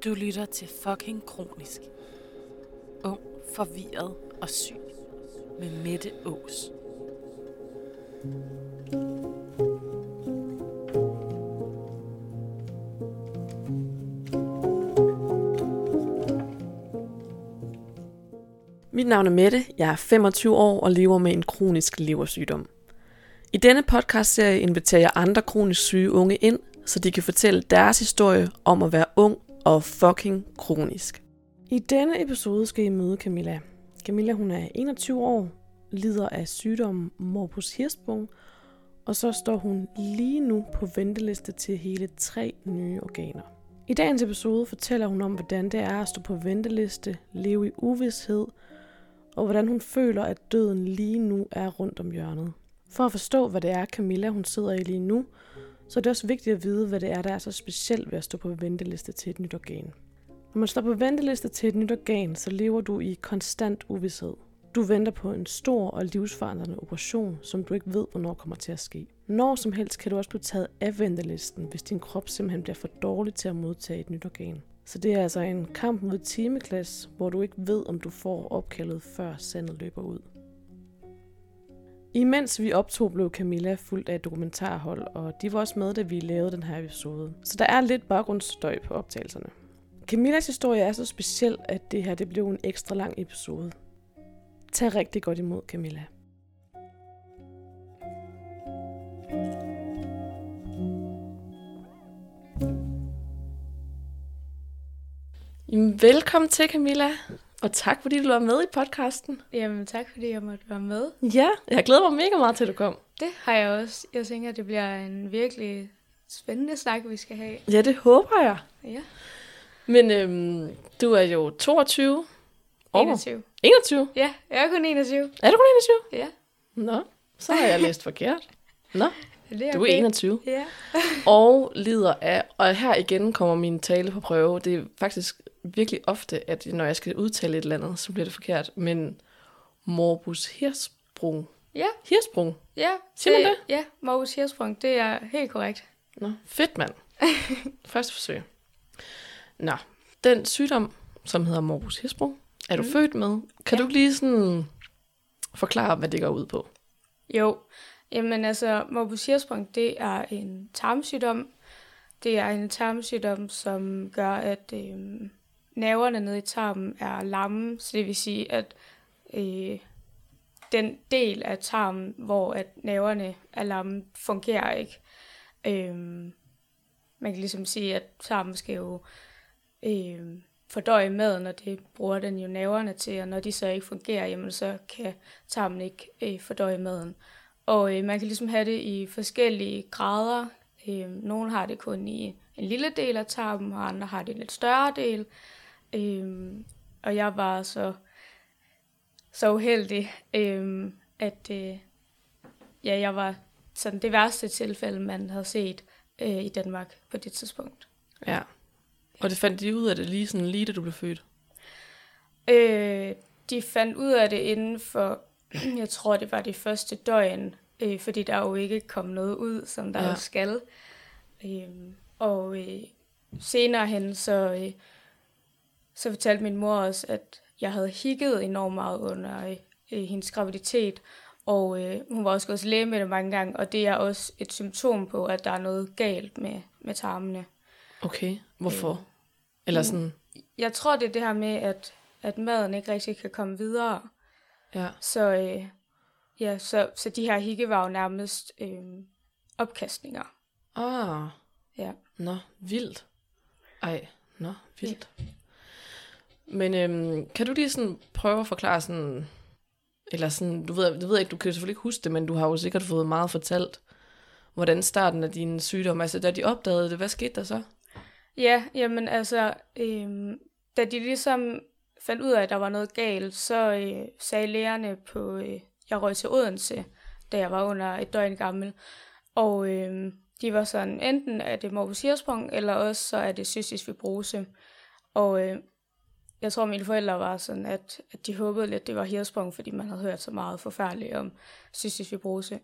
Du lytter til fucking kronisk. Ung, forvirret og syg. Med Mette Aas. Mit navn er Mette, jeg er 25 år og lever med en kronisk leversygdom. I denne podcastserie inviterer jeg andre kronisk syge unge ind, så de kan fortælle deres historie om at være ung og fucking kronisk. I denne episode skal I møde Camilla. Camilla, hun er 21 år, lider af sygdommen morbus Hirschsprung, og så står hun lige nu på venteliste til hele 3 nye organer. I dagens episode fortæller hun om, hvordan det er at stå på venteliste, leve i uvished, og hvordan hun føler, at døden lige nu er rundt om hjørnet. For at forstå, hvad det er, Camilla hun sidder i lige nu, så er det også vigtigt at vide, hvad det er, der er så specielt ved at stå på venteliste til et nyt organ. Når man står på venteliste til et nyt organ, så lever du i konstant uvished. Du venter på en stor og livsforandrende operation, som du ikke ved, hvornår kommer til at ske. Når som helst kan du også blive taget af ventelisten, hvis din krop simpelthen bliver for dårlig til at modtage et nyt organ. Så det er altså en kamp mod timeklasse, hvor du ikke ved, om du får opkaldet, før sandet løber ud. Imens vi optog, blev Camilla fulgt af et dokumentarhold, og de var også med, da vi lavede den her episode. Så der er lidt baggrundsstøj på optagelserne. Camillas historie er så speciel, at det her blev en ekstra lang episode. Tag rigtig godt imod Camilla. Velkommen til, Camilla, og tak fordi du var med i podcasten. Jamen tak fordi jeg måtte være med. Ja, jeg glæder mig mega meget til, at du kom. Det har jeg også. Jeg tænker, at det bliver en virkelig spændende snak, vi skal have. Ja, det håber jeg. Ja. Men du er jo 22 år. 21. 21? Ja, jeg er kun 21. Er du kun 21? Ja. Nå, så har jeg læst forkert. Nå, Det er du er okay. 21. Ja. Og lider af, og her igen kommer min tale på prøve. Det er faktisk virkelig ofte, at når jeg skal udtale et eller andet, så bliver det forkert. Men morbus Hirschsprung. Ja. Hirschsprung. Ja. Siger man det? Ja, morbus Hirschsprung, det er helt korrekt. Nå, fedt mand. Første forsøg. Nå, den sygdom, som hedder morbus Hirschsprung, er du født med. Kan du ikke lige sådan forklare, hvad det går ud på? Jo, jamen altså, morbus Hirschsprung, det er en tarmsygdom. Det er en tarmsygdom, som gør, at nerverne nede i tarmen er lamme. Så det vil sige, at den del af tarmen, hvor at nerverne er lamme, fungerer ikke. Man kan ligesom sige, at tarmen skal jo fordøje maden, og det bruger den jo nerverne til, og når de så ikke fungerer, jamen så kan tarmen ikke fordøje maden. Og man kan ligesom have det i forskellige grader. Nogle har det kun i en lille del af tarmen, og andre har det i en lidt større del. Og jeg var så uheldig, at jeg var sådan det værste tilfælde, man havde set i Danmark på det tidspunkt. Ja. Og det fandt de ud af det lige da du blev født? De fandt ud af det inden for, jeg tror det var det første døgn, fordi der jo ikke kom noget ud, som der jo skal. Senere hen, så fortalte min mor også, at jeg havde higget enormt meget under hendes graviditet, og hun var også gået til læge med det mange gange, og det er også et symptom på, at der er noget galt med tarmene. Okay, hvorfor? Eller sådan? Jeg tror, det er det her med, at maden ikke rigtig kan komme videre. Ja. Så de her higge var jo nærmest opkastninger. Ja. Nå, vildt. Vildt. Men kan du lige sådan prøve at forklare sådan, eller sådan, du ved ikke, du kan selvfølgelig ikke huske det, men du har jo sikkert fået meget fortalt, hvordan starten af din sygdom, altså da de opdagede det, hvad skete der så? Ja, jamen altså, da de ligesom fandt ud af, at der var noget galt, så sagde lægerne på, jeg røg til Odense, da jeg var under et døgn gammel, og de var sådan, enten er det morbus Hirschsprung, eller også så er det cystisk fibrose, og jeg tror, mine forældre var sådan, at de håbede lidt, det var Hirschsprung, fordi man havde hørt så meget forfærdeligt om cystisk fibrose.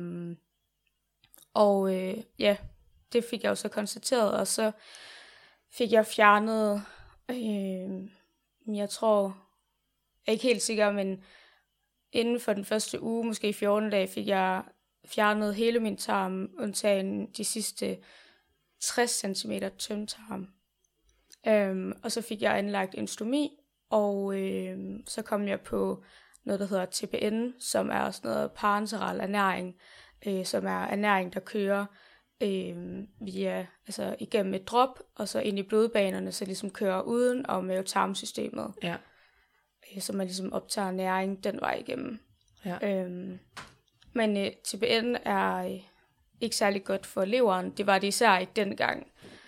Det fik jeg jo så konstateret, og så fik jeg fjernet, jeg tror, jeg er ikke helt sikker, men inden for den første uge, måske 14 dage, fik jeg fjernet hele min tarm, undtagen de sidste 60 cm tyndtarm. Og så fik jeg anlagt en stomi, og så kom jeg på noget, der hedder TPN, som er sådan noget parenteral ernæring, som er ernæring, der kører via, altså igennem et drop, og så ind i blodbanerne, så ligesom kører uden om mavetarmsystemet. Ja. Så man ligesom optager næring den vej igennem. Ja. Men TPN er ikke særlig godt for leveren. Det var det især ikke dengang.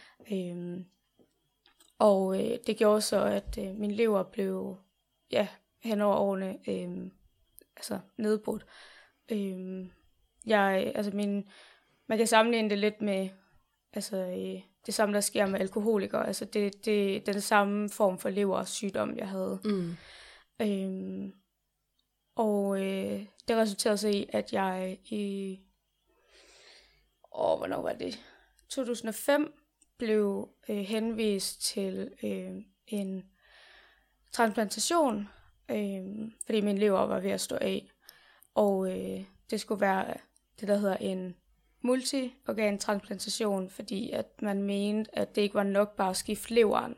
Og det gjorde så, at min lever blev hen over årene nedbrudt. Man kan sammenligne det lidt med det samme, der sker med alkoholikere. Altså det er den samme form for leversygdom, jeg havde. Og det resulterede så i, at jeg i hvornår var det? 2005 blev henvist til en transplantation, fordi min lever var ved at stå af. Og det skulle være det, der hedder en multiorgantransplantation, fordi at man mente, at det ikke var nok bare at skifte leveren.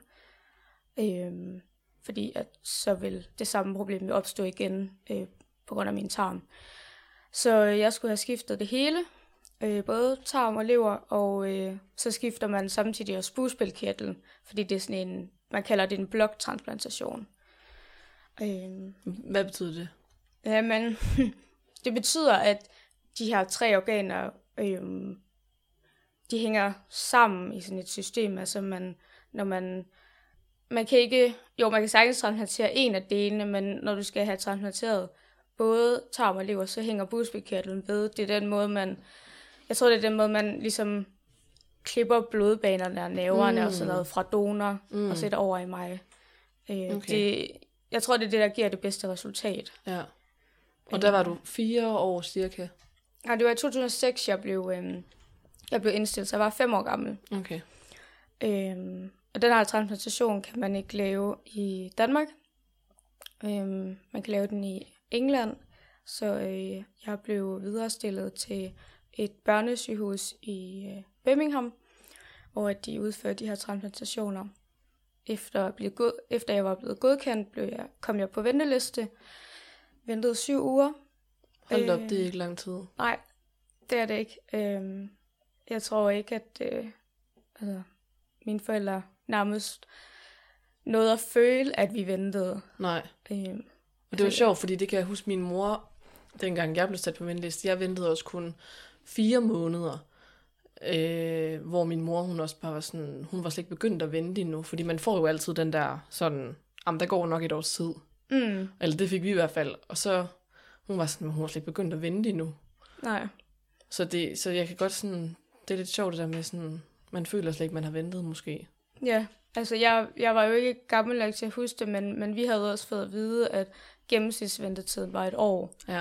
Fordi at så vil det samme problem opstå igen på grund af min tarm. Så jeg skulle have skiftet det hele, både tarm og lever, og så skifter man samtidig også bugspytkirtlen, fordi det er sådan en, man kalder det en bloktransplantation. Hvad betyder det? Jamen, det betyder, at de her 3 organer, de hænger sammen i sådan et system. Altså man kan ikke, man kan sagtens transplantere en af delene, men når du skal have transplanteret både tarm og lever, så hænger bugspytkirtlen ved. Det er den måde, jeg tror, det er den måde, man ligesom klipper blodbanerne og nerverne og sådan noget fra donor og sætter over i mig. Okay. Jeg tror, det er det, der giver det bedste resultat. Ja. Og der var du 4 år cirka? Ja, det var i 2006, jeg blev indstillet, så jeg var 5 år gammel. Okay. Og den her transplantation kan man ikke lave i Danmark. Man kan lave den i England, så jeg blev viderestillet til et børnesygehus i Birmingham, hvor de udførte de her transplantationer. Efter jeg var blevet godkendt, kom jeg på venteliste. Ventede 7 uger. Hold op, det er ikke lang tid. Nej, det er det ikke. Jeg tror ikke, at mine forældre nærmest nåede at føle, at vi ventede. Nej. Og det var sjovt, fordi det kan jeg huske min mor, dengang jeg blev sat på venteliste, jeg ventede også kun 4 måneder. Hvor min mor, hun også bare var sådan, hun var slet ikke begyndt at vente endnu, fordi man får jo altid den der sådan, der går nok et års tid. Eller det fik vi i hvert fald. Og så, hun var sådan, hun var slet ikke begyndt at vente endnu. Nej. Så jeg kan godt sådan, det er lidt sjovt det der med sådan, man føler slet ikke, man har ventet måske. Ja, altså jeg var jo ikke gammel nok til at huske det, men vi havde også fået at vide, at gennemsnitsventetiden var 1 år. Ja.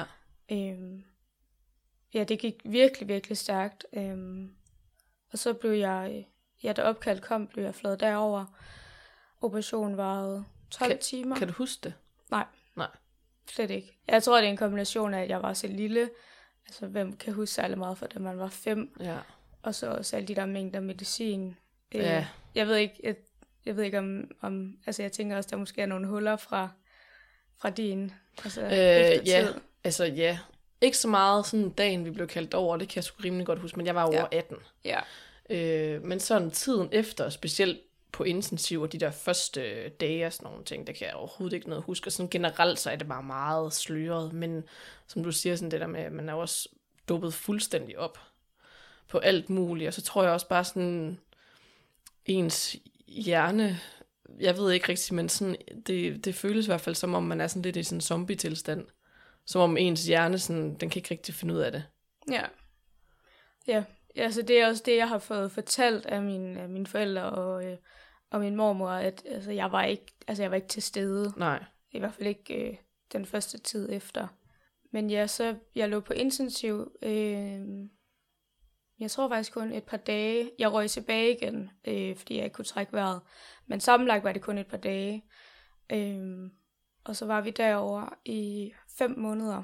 Ja, det gik virkelig, virkelig stærkt. Og så blev jeg, da opkald kom, blev jeg fløjet derover. Operationen varede 12 timer. Kan du huske det? Nej. Nej. Slet ikke. Jeg tror, det er en kombination af, at jeg var så lille. Altså, hvem kan huske særlig meget fra, da man var 5? Ja. Og så også alle de der mængder medicin. Ja. Jeg ved ikke om altså jeg tænker også, der måske er nogle huller fra din, altså ja, altså ja. Ikke så meget sådan dagen, vi blev kaldt over, det kan jeg sgu rimelig godt huske, men jeg var over 18. Ja. Men sådan tiden efter, specielt på intensiv og de der første dage og sådan nogle ting, det kan jeg overhovedet ikke noget huske. Og sådan generelt så er det bare meget sløret, men som du siger, sådan det der med, at man er også dopet fuldstændig op på alt muligt, og så tror jeg også bare sådan, ens hjerne, jeg ved ikke rigtig, men sådan, det føles i hvert fald som om, man er sådan lidt i sådan en zombie-tilstand. Som om ens hjerne, sådan, den kan ikke rigtig finde ud af det. Ja. Ja, altså det er også det, jeg har fået fortalt af mine forældre og min mormor, at altså, jeg var ikke til stede. Nej. I hvert fald ikke den første tid efter. Men ja, så jeg lå på intensiv Jeg tror faktisk kun et par dage. Jeg røg tilbage igen, fordi jeg ikke kunne trække vejret. Men sammenlagt var det kun et par dage. Og så var vi derovre i 5 måneder.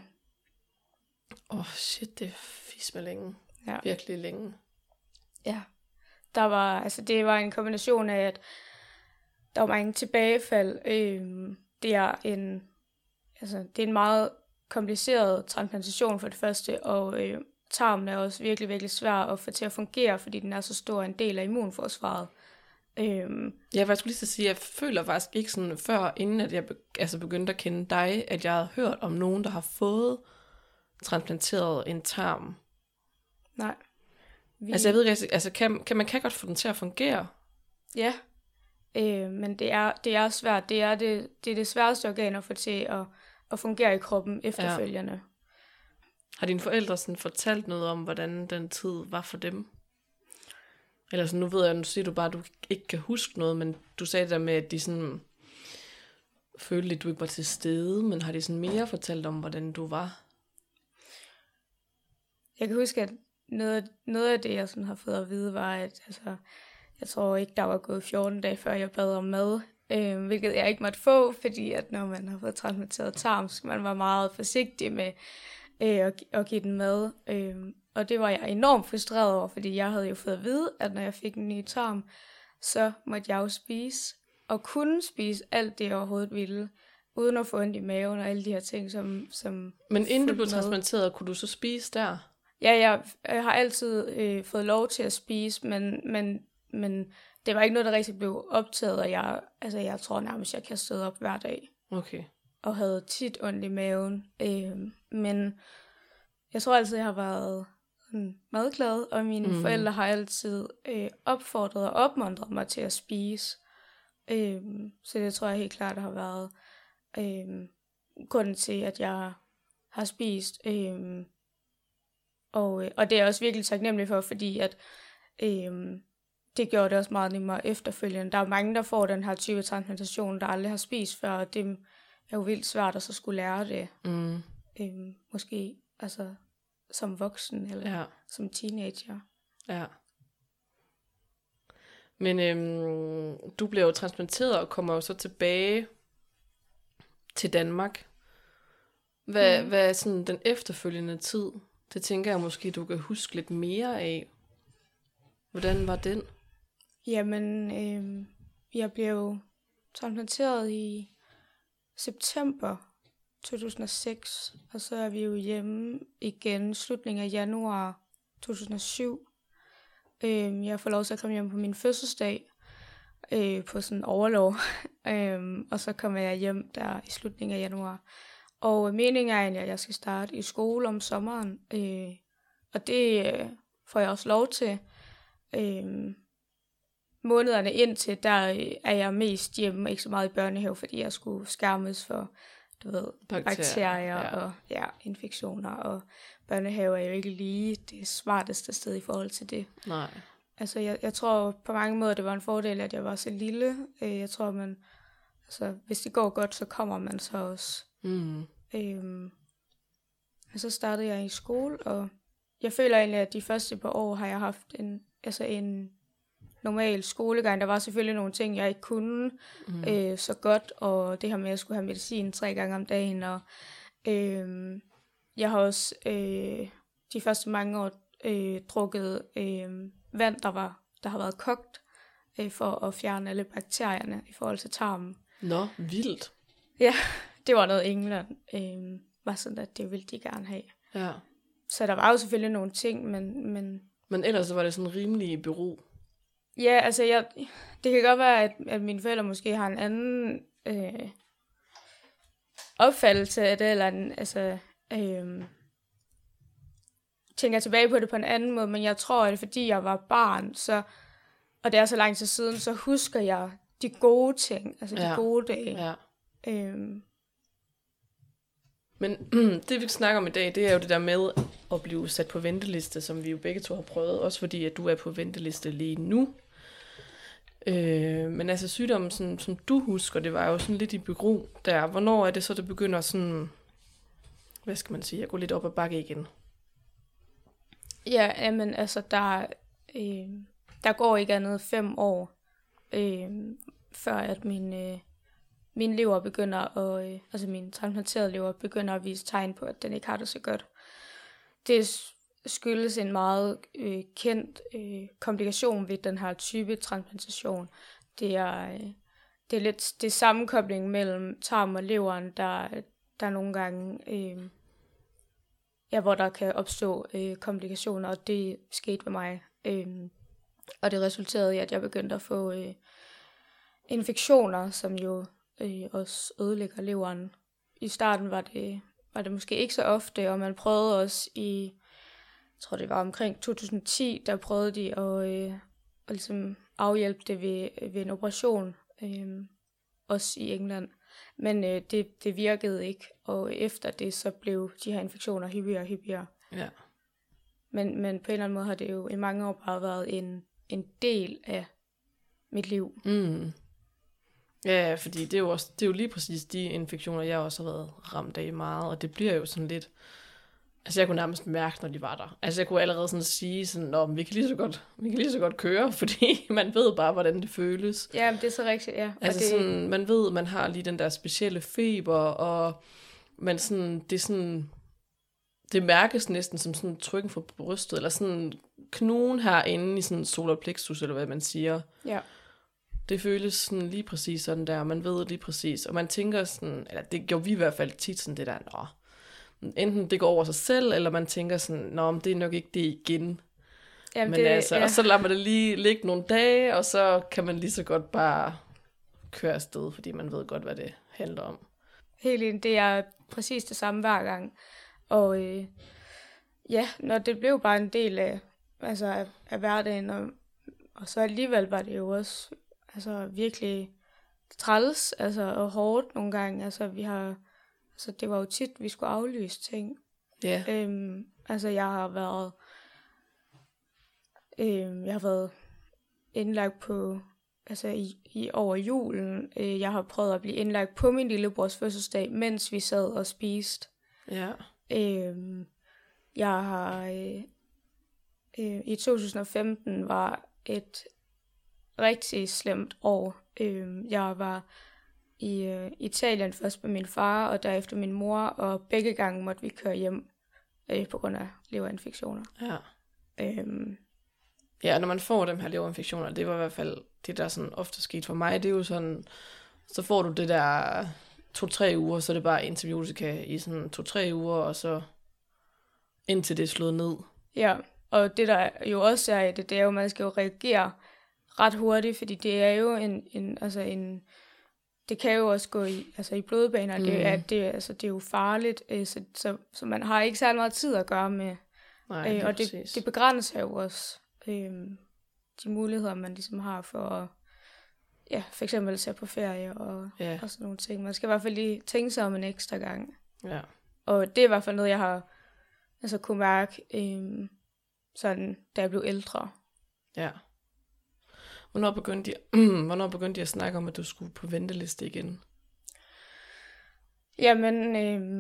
Shit, det er fisme længe. Ja. Virkelig længe. Ja. Det var en kombination af, at der var mange tilbagefald. Det er en meget kompliceret transplantation for det første, og tarmen er også virkelig, virkelig svær at få til at fungere, fordi den er så stor en del af immunforsvaret. Jeg var skulle lige sige, at jeg føler faktisk ikke sådan før, inden at jeg begyndte at kende dig, at jeg havde hørt om nogen, der har fået transplanteret en tarm. Nej. Jeg ved ikke, kan man godt få den til at fungere? Ja, men det er svært. Det er det sværeste organ at få til at fungere i kroppen efterfølgende. Ja. Har dine forældre sådan fortalt noget om, hvordan den tid var for dem? Eller sådan, nu ved jeg, nu siger du bare, at du ikke kan huske noget, men du sagde det der med, at de sådan følte, at du ikke var til stede, men har de sådan mere fortalt om, hvordan du var? Jeg kan huske, at noget af det, jeg sådan har fået at vide, var, at jeg tror ikke, der var gået 14 dage, før jeg bad om mad, hvilket jeg ikke måtte få, fordi at når man har fået transplanteret tarm, skal man være meget forsigtig med at give den mad. Og det var jeg enormt frustreret over, fordi jeg havde jo fået at vide, at når jeg fik en ny tarm, så måtte jeg jo spise, og kunne spise alt det, jeg overhovedet ville, uden at få ondt i maven og alle de her ting, som Men inden du blev transplanteret, kunne du så spise der? Ja, jeg har altid fået lov til at spise, men det var ikke noget, der rigtig blev optaget, og jeg tror nærmest, jeg kastede op hver dag. Okay. Og havde tit ondt i maven. Men jeg tror altid, jeg har været madglad, og mine forældre har altid opfordret og opmuntret mig til at spise. Så det tror jeg helt klart, der har været grunden til, at jeg har spist. Og det er jeg også virkelig taknemmelig for, fordi at det gjorde det også meget nemmere efterfølgende. Der er mange, der får den her type transplantation, der aldrig har spist før, og det er jo vildt svært at så skulle lære det. Måske som voksen eller som teenager. Ja. Men du blev jo transplanteret og kommer jo så tilbage til Danmark. Hvad er sådan den efterfølgende tid? Det tænker jeg måske, du kan huske lidt mere af. Hvordan var den? Jamen, jeg blev transplanteret i september 2006, og så er vi jo hjemme igen slutningen af januar 2007. Jeg får lov til at komme hjem på min fødselsdag på sådan en overlov, og så kommer jeg hjem der i slutningen af januar. Og meningen er egentlig, at jeg skal starte i skole om sommeren, og det får jeg også lov til. Månederne indtil, der er jeg mest hjemme, ikke så meget i børnehave, fordi jeg skulle skærmes for, bakterier og infektioner, og børnehave er jo ikke lige det smarteste sted i forhold til det. Nej. Altså, jeg tror på mange måder, det var en fordel, at jeg var så lille. Jeg tror, hvis det går godt, så kommer man så også. Og så startede jeg i skole, og jeg føler egentlig, at de første par år har jeg haft en normal skolegang. Der var selvfølgelig nogle ting, jeg ikke kunne så godt, og det her med, at jeg skulle have medicin 3 gange om dagen, og jeg har også de første mange år drukket vand, der har været kogt, for at fjerne alle bakterierne i forhold til tarmen. Nå, vildt. Ja, det var noget England. Var sådan, at det ville de gerne have. Ja. Så der var jo selvfølgelig nogle ting, Men ellers så var det sådan rimelig i bero. Ja, altså det kan godt være, at mine forældre måske har en anden opfattelse af det, eller tænker tilbage på det på en anden måde, men jeg tror, at fordi jeg var barn, og det er så lang tid siden, så husker jeg de gode ting, altså de gode dage. Ja. Men det vi snakker om i dag, det er jo det der med at blive sat på venteliste, som vi jo begge to har prøvet, også fordi at du er på venteliste lige nu. Men altså sygdommen, sådan, som du husker, det var jo sådan lidt i bero der. Hvornår er det så, det begynder sådan, hvad skal man sige, at gå lidt op ad bakke igen? Ja, men altså, der går ikke andet 5 år, før at min lever begynder at, altså min transplanterede lever begynder at vise tegn på, at den ikke har det så godt. Det skyldes en meget kendt komplikation ved den her type transplantation. Det er lidt sammenkobling mellem tarmen og leveren, der nogle gange, hvor der kan opstå komplikationer, og det skete ved mig. Og det resulterede i, at jeg begyndte at få infektioner, som jo også ødelægger leveren. I starten var det måske ikke så ofte, og man prøvede også jeg tror det var omkring 2010, der prøvede de at ligesom afhjælpe det ved en operation, også i England. Men det virkede ikke, og efter det så blev de her infektioner hyppigere og hyppigere. Ja. Men på en eller anden måde har det jo i mange år bare været en del af mit liv. Mm. Ja, fordi det er jo lige præcis de infektioner, jeg også har været ramt af meget, og det bliver jo sådan lidt, altså jeg kunne nærmest mærke, når de var der. Altså jeg kunne allerede sådan sige sådan, vi kan lige så godt køre, fordi man ved bare, hvordan det føles. Ja, det er så rigtigt, ja. Altså sådan, man ved, man har lige den der specielle feber, og man sådan, det mærkes næsten som sådan trykken fra brystet, eller sådan knugen herinde i sådan solar plexus, eller hvad man siger. Ja. Det føles sådan lige præcis sådan der, man ved lige præcis, og man tænker sådan, eller det gjorde vi i hvert fald tit sådan det der, enten det går over sig selv, eller man tænker sådan, det er nok ikke det igen. Jamen, men altså, og så lader man det lige ligge nogle dage, og så kan man lige så godt bare køre afsted, fordi man ved godt, hvad det handler om. Helt enig, det er præcis det samme hver gang. Og når det blev bare en del af hverdagen, og så alligevel var det jo også virkelig træls, og hårdt nogle gange. Det var jo tit, vi skulle aflyse ting. Ja. Jeg har været indlagt på, i over julen. Jeg har prøvet at blive indlagt på min lillebrors fødselsdag, mens vi sad og spiste. Ja. Jeg har i 2015 var et rigtig slemt år. Jeg var i Italien først med min far, og derefter min mor, og begge gange måtte vi køre hjem på grund af leverinfektioner. Ja. Ja, når man får dem her leverinfektioner, det var i hvert fald det, der sådan ofte skete for mig, det er jo sådan, så får du det der 2-3 uger, så er det bare antibiotika i sådan 2-3 uger, og så indtil det er slået ned. Ja, og det der jo også er i det, det er jo, at man skal jo reagere ret hurtigt, fordi det er jo det kan jo også gå i blodbaner, det er jo farligt, så man har ikke særlig meget tid at gøre med. Nej, og det begrænser jo også de muligheder, man ligesom har for at for eksempel se på ferie og sådan nogle ting. Man skal i hvert fald lige tænke sig om en ekstra gang. Ja. Og det er i hvert fald noget, jeg har kunne mærke, sådan, da jeg blev ældre. Ja. Hvornår begyndte de at snakke om, at du skulle på venteliste igen? Jamen,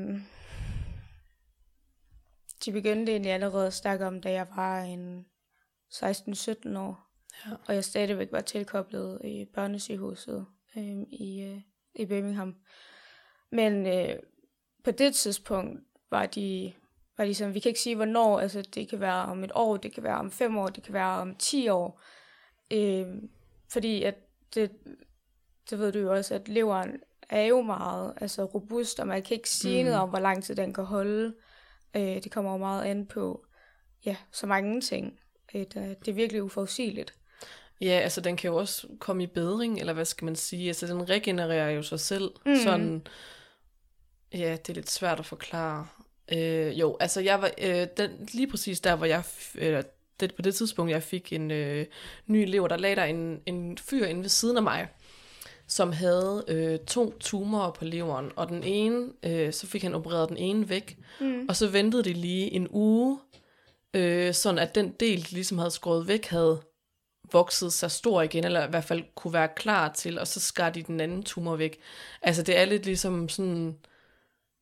de begyndte egentlig allerede at snakke om, da jeg var 16-17 år. Ja. Og jeg stadigvæk var tilkoblet i børnesygehuset i Birmingham. Men på det tidspunkt var de sådan, vi kan ikke sige hvornår, det kan være om 1 år, det kan være om 5 år, det kan være om 10 år. Fordi at det ved du jo også, at leveren er jo meget robust, og man kan ikke sige noget om, hvor lang tid den kan holde. Det kommer jo meget an på så mange ting. Det er virkelig uforudsigeligt. Ja, den kan jo også komme i bedring, eller hvad skal man sige? Den regenererer jo sig selv. Sådan, det er lidt svært at forklare. Jeg var lige præcis der, hvor jeg på det tidspunkt, jeg fik en ny lever, der lagde der en fyr inde ved siden af mig, som havde 2 tumorer på leveren, og den ene, så fik han opereret den ene væk, og så ventede det lige en uge, sådan at den del, de ligesom havde skåret væk, havde vokset sig stor igen, eller i hvert fald kunne være klar til, og så skar de den anden tumor væk. Det er lidt ligesom sådan,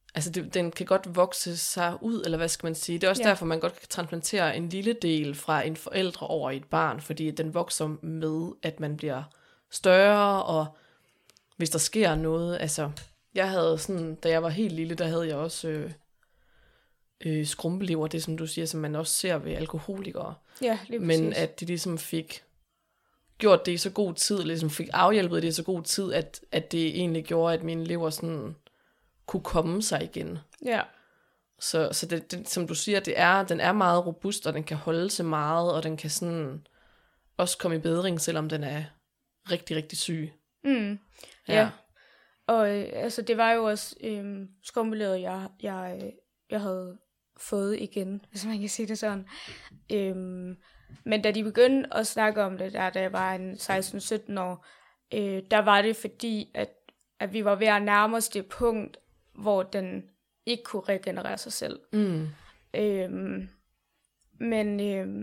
altså den kan godt vokse sig ud, eller hvad skal man sige. Det er også derfor, man godt kan transplantere en lille del fra en forældre over i et barn, fordi den vokser med, at man bliver større, og hvis der sker noget, altså, jeg havde sådan, da jeg var helt lille, der havde jeg også skrumpelever, det som du siger, som man også ser ved alkoholikere. Ja, lige præcis. Men at de ligesom fik gjort det i så god tid, ligesom fik afhjælpet det i så god tid, at det egentlig gjorde, at min lever sådan kunne komme sig igen. Ja. Så det, som du siger, den er meget robust, og den kan holde til meget, og den kan sådan også komme i bedring, selvom den er rigtig, rigtig syg. Mm. Ja. Og altså, det var jo også skrumpelever, jeg havde fået igen, hvis man kan sige det sådan. Men da de begyndte at snakke om det, da jeg var en 16-17 år, der var det fordi, at vi var ved at nærme os det punkt, hvor den ikke kunne regenerere sig selv. Mm. Men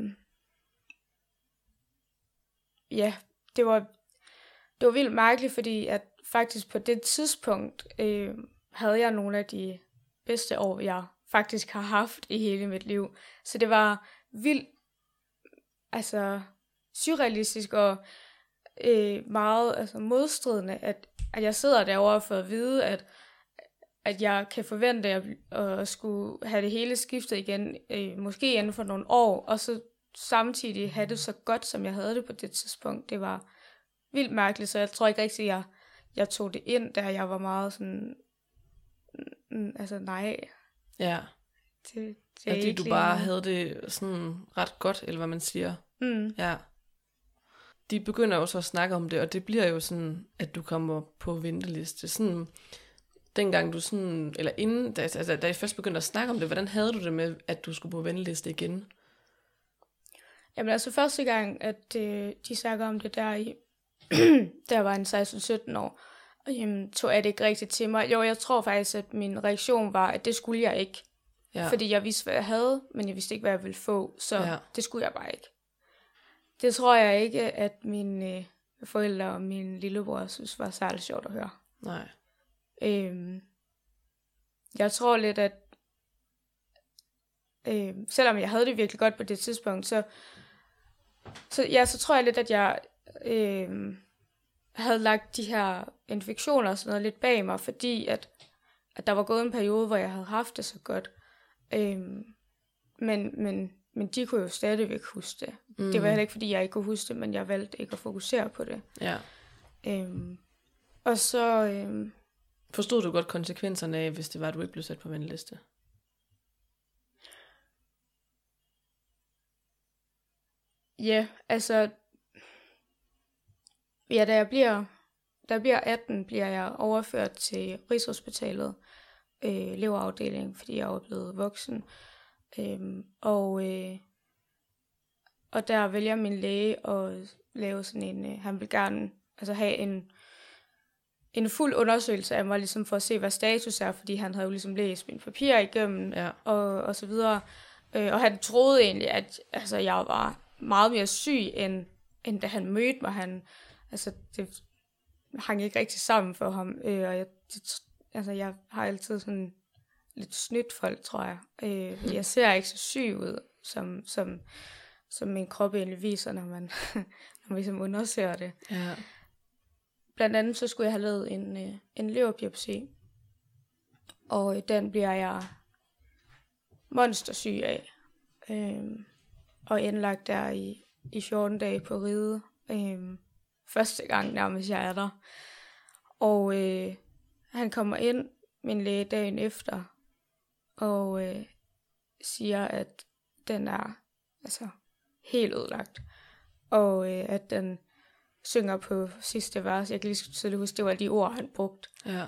ja, det var vildt mærkeligt, fordi at faktisk på det tidspunkt havde jeg nogle af de bedste år, jeg faktisk har haft i hele mit liv. Så det var vildt, altså surrealistisk og meget modstridende, at jeg sidder derovre for at vide, at jeg kan forvente at skulle have det hele skiftet igen, måske inden for nogle år, og så samtidig have det så godt, som jeg havde det på det tidspunkt. Det var vildt mærkeligt, så jeg tror ikke rigtig, at jeg tog det ind, da jeg var meget sådan, altså nej. Ja. Det fordi du bare havde det sådan ret godt, eller hvad man siger. Mm. Ja. De begynder jo så at snakke om det, og det bliver jo sådan, at du kommer på venteliste. Sådan, dengang du sådan, eller inden, da I først begyndte at snakke om det, hvordan havde du det med, at du skulle på venteliste igen? Jamen altså første gang, at de snakker om det der der var en 16-17 år, tog jeg det ikke rigtigt til mig. Jo, jeg tror faktisk, at min reaktion var, at det skulle jeg ikke. Ja. Fordi jeg vidste, hvad jeg havde, men jeg vidste ikke, hvad jeg ville få, så det skulle jeg bare ikke. Det tror jeg ikke, at mine forældre og min lillebror synes var særligt sjovt at høre. Nej. Jeg tror lidt, at selvom jeg havde det virkelig godt på det tidspunkt, så tror jeg lidt, at jeg havde lagt de her infektioner og sådan noget lidt bag mig, fordi at der var gået en periode, hvor jeg havde haft det så godt. Men de kunne jo stadigvæk huske det. Mm. Det var heller ikke, fordi jeg ikke kunne huske det, men jeg valgte ikke at fokusere på det. Ja. Og så... Forstod du godt konsekvenserne af, hvis det var, at du ikke blev sat på venteliste? Ja, altså... Ja, da jeg bliver 18, bliver jeg overført til Rigshospitalet, leverafdeling, fordi jeg er blevet voksen. Og der vælger min læge at lave sådan en, han vil gerne have en fuld undersøgelse af mig, ligesom for at se, hvad status er, fordi han havde jo ligesom læst mine papirer igennem, og så videre. Og han troede egentlig, at jeg var meget mere syg, end da han mødte mig. Det hang ikke rigtig sammen for ham, og jeg har altid sådan lidt snydt folk, tror jeg. Jeg ser ikke så syg ud, som min krop egentlig viser, når man ligesom undersøger det. Ja. Blandt andet så skulle jeg have lavet en leverbiopsi, og den bliver jeg monstersyg af, og indlagt der i 14 dage på Ride, første gang nærmest jeg er der. Og han kommer ind, min læge, dagen efter, og siger, at den er helt ødelagt, og at den synger på sidste vers. Jeg kan lige så tydeligt huske, det var de ord, han brugte. Ja.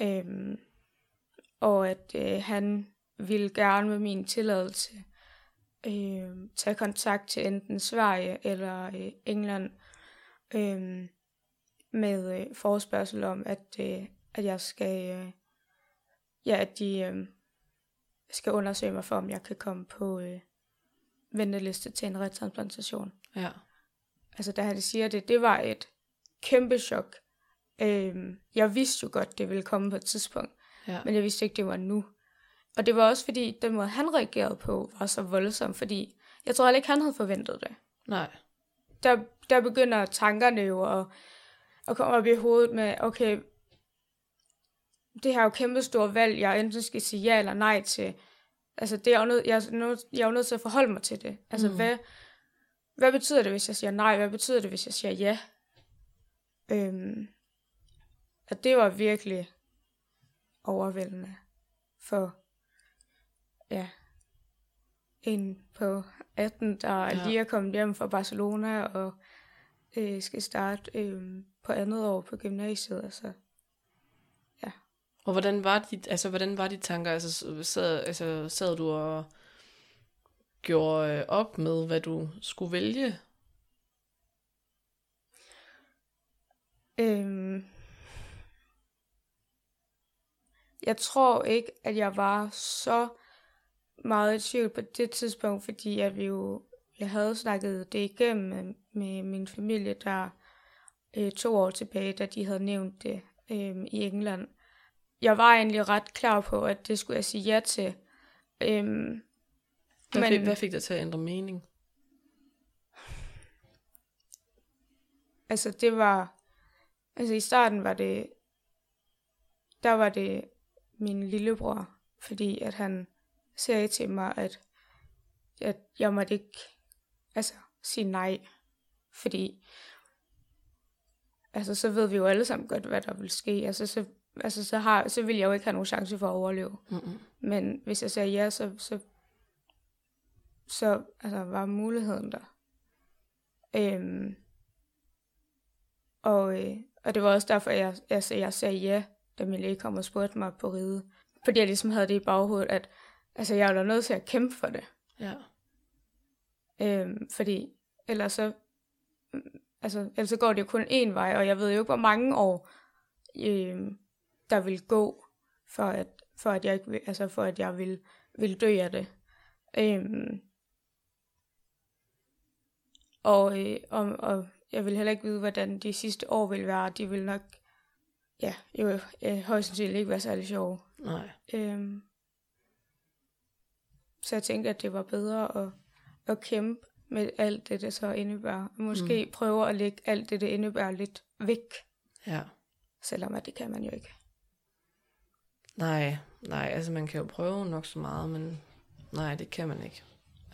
Og at han ville gerne med min tilladelse tage kontakt til enten Sverige eller England med forespørgsel om, at jeg skal at de skal undersøge mig for, om jeg kan komme på venteliste til en retransplantation. Ja. Altså da han siger det var et kæmpe chok. Jeg vidste jo godt, det ville komme på et tidspunkt. Ja. Men jeg vidste ikke, det var nu. Og det var også fordi, den måde han reagerede på, var så voldsom, fordi jeg tror heller ikke, han havde forventet det. Nej. Der begynder tankerne jo at komme op i hovedet med, okay, det her er jo kæmpe store valg, jeg enten skal sige ja eller nej til. Altså, det er jo jeg er jo nødt til at forholde mig til det. Altså, hvad betyder det, hvis jeg siger nej? Hvad betyder det, hvis jeg siger ja? Og det var virkelig overvældende for, en på 18, der lige er kommet hjem fra Barcelona og skal starte på andet år på gymnasiet. Altså, ja. Og hvordan var de tanker? Altså, sad du og gjorde op med, hvad du skulle vælge? Jeg tror ikke, at jeg var så meget i tvivl på det tidspunkt, fordi at jeg havde snakket det igennem med min familie, der 2 år tilbage, da de havde nævnt det i England. Jeg var egentlig ret klar på, at det skulle jeg sige ja til. Hvad fik dig til at ændre mening? Altså i starten var det min lillebror, fordi at han sagde til mig, at jeg måtte ikke sige nej, fordi så ved vi jo alle sammen godt, hvad der vil ske. Så vil jeg jo ikke have nogen chance for at overleve. Mm-mm. Men hvis jeg sagde ja, så var muligheden der. Og det var også derfor, jeg sagde ja, da min læge kom og spurgte mig på ride. Fordi jeg ligesom havde det i baghovedet, at jeg var nødt til at kæmpe for det. Ja. Fordi ellers så går det jo kun én vej, og jeg ved jo ikke, hvor mange år der vil gå, for at jeg ikke, for at jeg vil dø af det. Og jeg vil heller ikke vide, hvordan de sidste år vil være. De vil nok, højst sandsynligt ikke være særlig sjove. Nej. Så jeg tænkte, at det var bedre at kæmpe med alt det så indebærer. Og måske prøve at lægge alt det indebærer lidt væk. Ja. Selvom at det kan man jo ikke. Nej, man kan jo prøve nok så meget, men nej, det kan man ikke.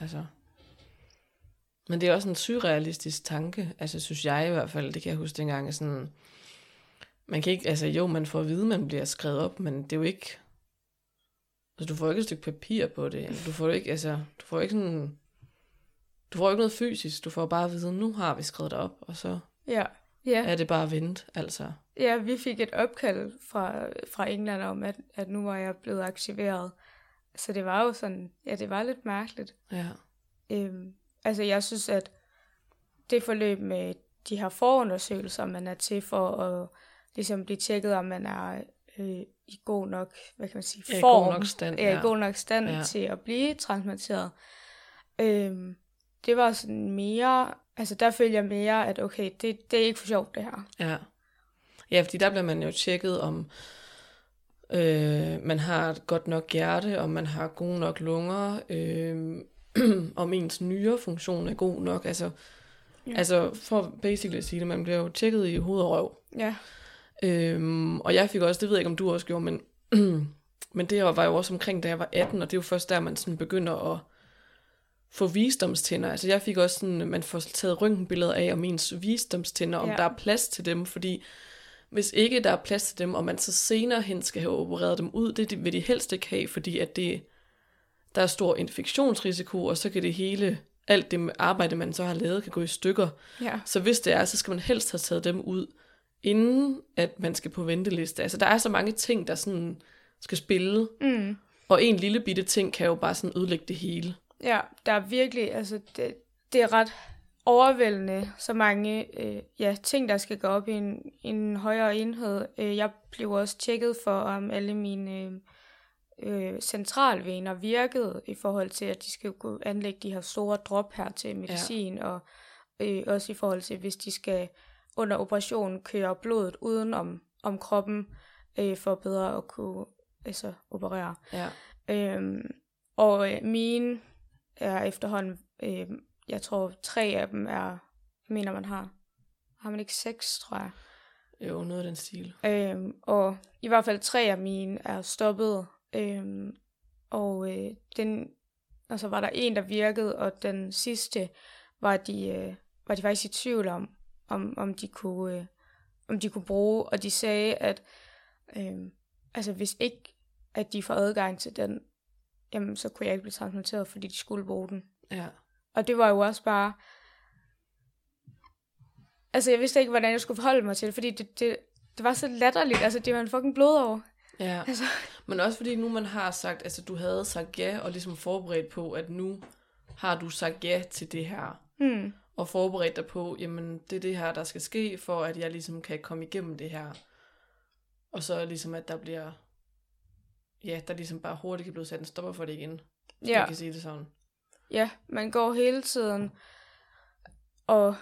Men det er også en surrealistisk tanke, synes jeg i hvert fald. Det kan jeg huske dengang, sådan, man kan ikke, man får at vide, man bliver skrevet op, men det er jo ikke, du får ikke et stykke papir på det, eller du får ikke, du får ikke noget fysisk, du får bare at vide, nu har vi skrevet det op, og så er det bare at vente, Ja, vi fik et opkald fra England om, at nu var jeg blevet aktiveret. Så det var jo sådan, det var lidt mærkeligt. Ja. Jeg synes, at det forløb med de her forundersøgelser, man er til for at ligesom blive tjekket, om man er i god nok, hvad kan man sige, form. I god nok stand til at blive transplanteret. Det var sådan mere, der følte jeg mere, at okay, det er ikke for sjovt, det her. Ja. Ja, fordi der bliver man jo tjekket, om man har et godt nok hjerte, om man har gode nok lunger, om ens nyrefunktion er god nok. For basically at sige det, man bliver jo tjekket i hoved og røv. Ja. Og jeg fik også, det ved jeg ikke, om du også gjorde, men det var jo også omkring, da jeg var 18, og det er jo først der, man sådan begynder at få visdomstænder. Jeg fik også sådan, man får taget røntgenbilleder af om ens visdomstænder, om der er plads til dem, fordi hvis ikke der er plads til dem, og man så senere hen skal have opereret dem ud, det vil de helst ikke have, fordi at der er stor infektionsrisiko, og så kan alt det arbejde, man så har lavet, kan gå i stykker. Ja. Så hvis det er, så skal man helst have taget dem ud, inden at man skal på venteliste. Der er så mange ting, der sådan skal spille, og en lille bitte ting kan jo bare sådan ødelægge det hele. Ja, der er virkelig, det er ret overvældende, så mange ting, der skal gå op i en højere enhed. Jeg blev også tjekket for, om alle mine centralvener virkede, i forhold til, at de skal kunne anlægge de her store drop her til medicin, og også i forhold til, hvis de skal under operationen køre blodet uden om kroppen, for bedre at kunne altså operere. Ja. Og mine er efterhånden, jeg tror 3 af dem er, mener man har man ikke 6, tror jeg. Jo, noget af den stil. Og i hvert fald 3 af mine er stoppet, og så var der en, der virkede, og den sidste var de faktisk i tvivl om de kunne bruge, og de sagde, at altså hvis ikke, at de får adgang til den, jamen så kunne jeg ikke blive transplanteret, fordi de skulle bruge den. Ja. Og det var jo også bare, altså jeg vidste ikke, hvordan jeg skulle forholde mig til det, fordi det var så latterligt, altså det var en fucking blodår. Ja, altså. Men også fordi nu man har sagt, altså du havde sagt ja, og ligesom forberedt på, at nu har du sagt ja til det her. Og forberedt dig på, jamen det er det her, der skal ske, for at jeg ligesom kan komme igennem det her. Og så ligesom, at der bliver, ja, der ligesom bare hurtigt kan blive sat en stopper for det igen. Så jeg kan sige det sådan. Ja, man går hele tiden og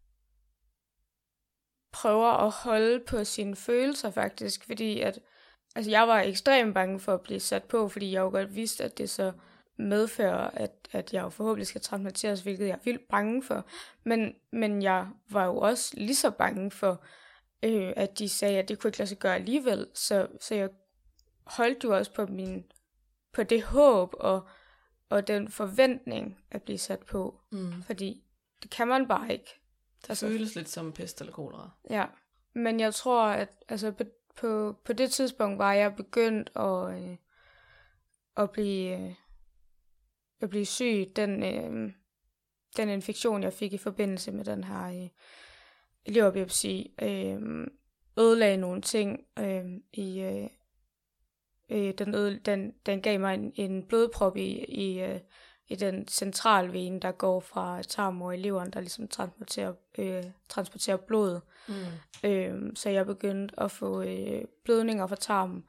prøver at holde på sine følelser faktisk, fordi at, altså jeg var ekstremt bange for at blive sat på, fordi jeg jo godt vidste, at det så medfører, at jeg jo forhåbentlig skal transplanteres, hvilket jeg er vildt bange for. Men jeg var jo også lige så bange for, at de sagde, at det kunne ikke lade sig gøre alligevel. Så jeg holdt jo også på det håb og den forventning at blive sat på. Fordi det kan man bare ikke. Det føles lidt som pest eller kolera. Ja, men jeg tror, at altså på det tidspunkt var jeg begyndt at blive syg. Den infektion, jeg fik i forbindelse med den her leverbiopsi, ødelagde nogle ting den gav mig en blodprop i den centralvene, der går fra tarmen i leveren, der ligesom transporterer blod. Så jeg begyndte at få blødninger fra tarmen.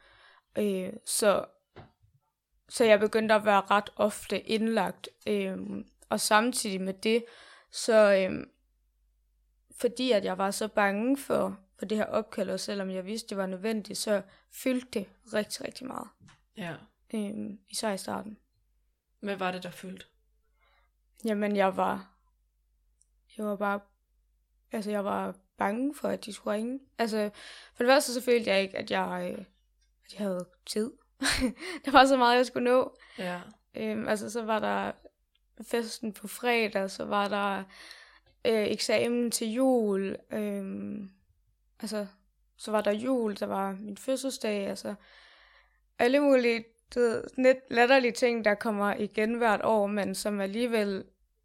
Så jeg begyndte at være ret ofte indlagt. Og samtidig med det, så fordi at jeg var så bange for det her opkald, og selvom jeg vidste, det var nødvendigt, så fyldte det rigtig, rigtig meget. Ja. Især i starten. Hvad var det, der fyldte? Jamen, jeg var bare, altså jeg var bange for, at de skulle ringe. Altså, for det første så følte jeg ikke, at jeg havde tid. Der var så meget, jeg skulle nå. Ja. Altså, så var der festen på fredag, så var der eksamen til jul. Altså, så var der jul, der var min fødselsdag, altså alle mulige lidt latterlige ting, der kommer igen hvert år, men som alligevel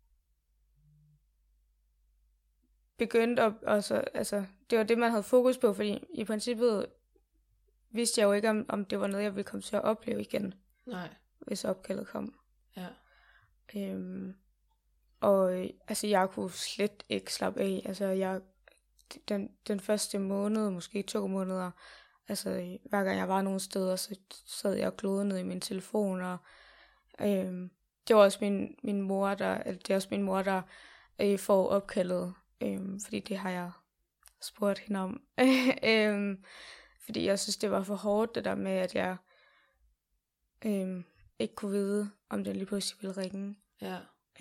begyndte at, altså det var det, man havde fokus på, fordi i princippet vidste jeg jo ikke, om det var noget, jeg ville komme til at opleve igen. Nej. Hvis opkaldet kom. Ja. Og altså, jeg kunne slet ikke slappe af. Altså, den første måned, måske 2 måneder, altså, hver gang jeg var nogle steder, så sad jeg og glodede ned i min telefon, og det var også min mor, der får opkaldet, fordi det har jeg spurgt hende om. Fordi jeg synes, det var for hårdt, det der med, at jeg ikke kunne vide, om den lige pludselig ville ringe. Ja.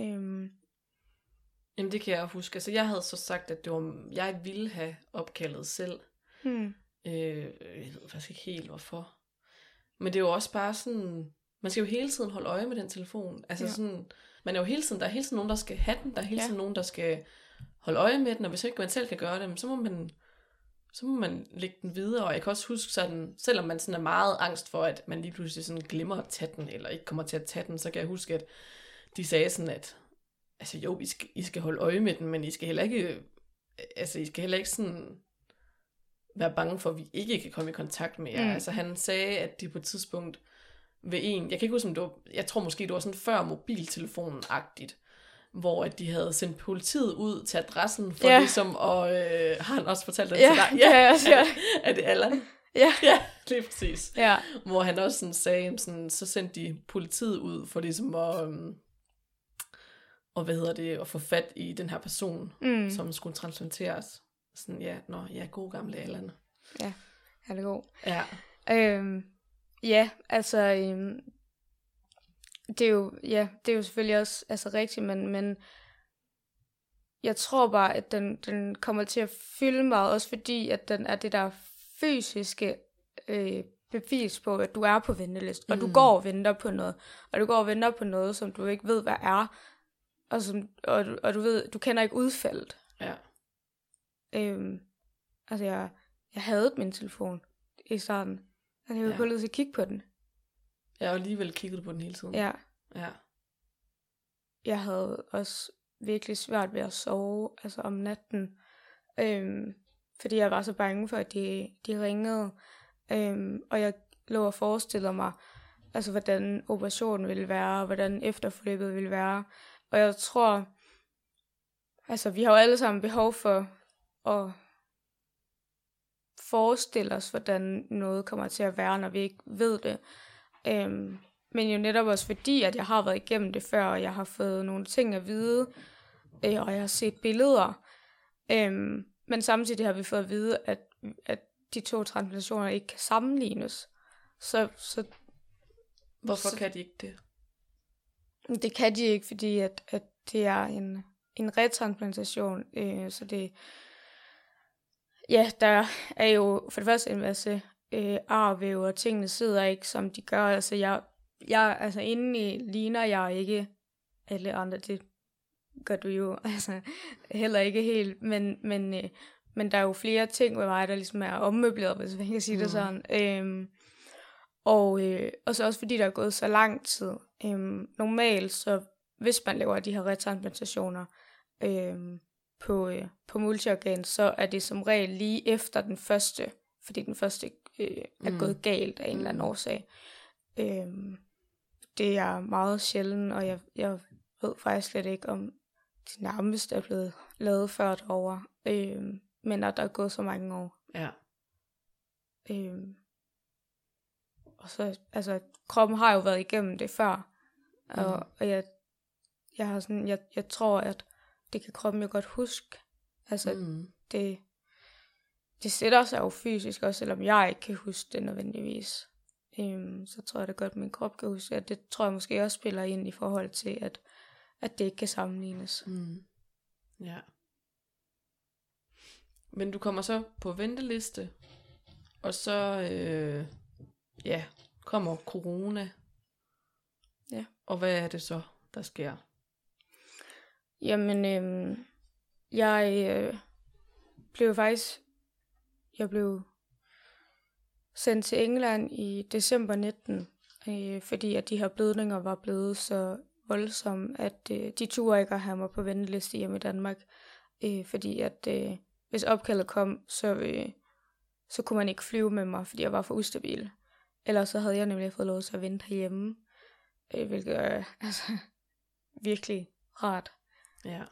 Jamen det kan jeg huske. Altså jeg havde så sagt, at jeg ville have opkaldet selv. Jeg ved faktisk ikke helt hvorfor. Men det er jo også bare sådan, man skal jo hele tiden holde øje med den telefon. Altså sådan, man er jo hele tiden, der er hele tiden nogen, der skal have den, der er hele tiden nogen, der skal holde øje med den, og hvis ikke man selv kan gøre det, så må man lægge den videre. Og jeg kan også huske sådan, selvom man sådan er meget angst for, at man lige pludselig sådan glemmer at tage den, eller ikke kommer til at tage den, så kan jeg huske, at de sagde sådan, at altså jo, I skal holde øje med den, men I skal heller ikke sådan være bange for, at vi ikke kan komme i kontakt med jer. Altså han sagde, at de på et tidspunkt ved en, jeg kan ikke huske, om det var, jeg tror måske, det var sådan før mobiltelefonen-agtigt, hvor at de havde sendt politiet ud til adressen, for ligesom, og har han også fortalt det til dig? Ja, er det Allan? Ja, lige præcis. Ja. Hvor han også sådan sagde, sådan, så sendte de politiet ud for ligesom at få fat i den her person, som skulle transplanteres. Sådan, god gamle Allan. Ja, han er god. Ja. Ja, altså, det er jo selvfølgelig også altså, rigtigt, men jeg tror bare, at den kommer til at fylde meget, også fordi, at den er det der fysiske bevis på, at du er på venteliste, og du går og venter på noget, og du går og venter på noget, som du ikke ved, hvad er, og du ved, du kender ikke udfaldet. Ja. Altså, jeg havde min telefon i starten. Altså, jeg havde gået til at kigge på den. Jeg har alligevel kigget på den hele tiden. Ja. Ja. Jeg havde også virkelig svært ved at sove, altså om natten. Fordi jeg var så bange for, at de ringede. Og jeg lå og forestillede mig, altså hvordan operationen ville være, og hvordan efterforløbet ville være. Og jeg tror, altså vi har jo alle sammen behov for at forestille os, hvordan noget kommer til at være, når vi ikke ved det. Men jo netop også fordi, at jeg har været igennem det før, og jeg har fået nogle ting at vide, og jeg har set billeder. Men samtidig har vi fået at vide, at de to transplantationer ikke kan sammenlignes. Så hvorfor kan de ikke det? Det kan de ikke, fordi at det er en retransplantation. Så det... Ja, der er jo for det første en masse arvæv, og tingene sidder ikke, som de gør. Altså, jeg altså indeni ligner jeg ikke alle andre. Det gør du jo altså heller ikke helt. Men der er jo flere ting ved mig, der ligesom er ommøbleret, hvis man kan sige det sådan. Og så også fordi der er gået så lang tid. Normalt, så hvis man laver de her retransplantationer på multiorgan, så er det som regel lige efter den første, fordi den første er gået galt af en eller anden årsag. Det er meget sjældent, og jeg ved faktisk slet ikke, om det nærmest er blevet lavet før derovre. Men at der er gået så mange år. Ja. Og så, altså, kroppen har jo været igennem det før. Og jeg har sådan, jeg tror, at det kan kroppen jo godt huske. Altså, det sætter sig jo fysisk også, selvom jeg ikke kan huske det nødvendigvis. Så tror jeg da godt, at min krop kan huske, at det tror jeg måske også spiller ind i forhold til, at det ikke kan sammenlignes. Ja. Men du kommer så på venteliste, og så kommer corona. Ja. Og hvad er det så, der sker? Jamen, jeg blev sendt til England i december 19, fordi at de her blødninger var blevet så voldsomme, at de turde ikke at have mig på venteliste hjemme i Danmark, fordi at hvis opkaldet kom, så kunne man ikke flyve med mig, fordi jeg var for ustabil. Ellers så havde jeg nemlig fået lov til at vente herhjemme, hvilket er altså virkelig rart. Ja.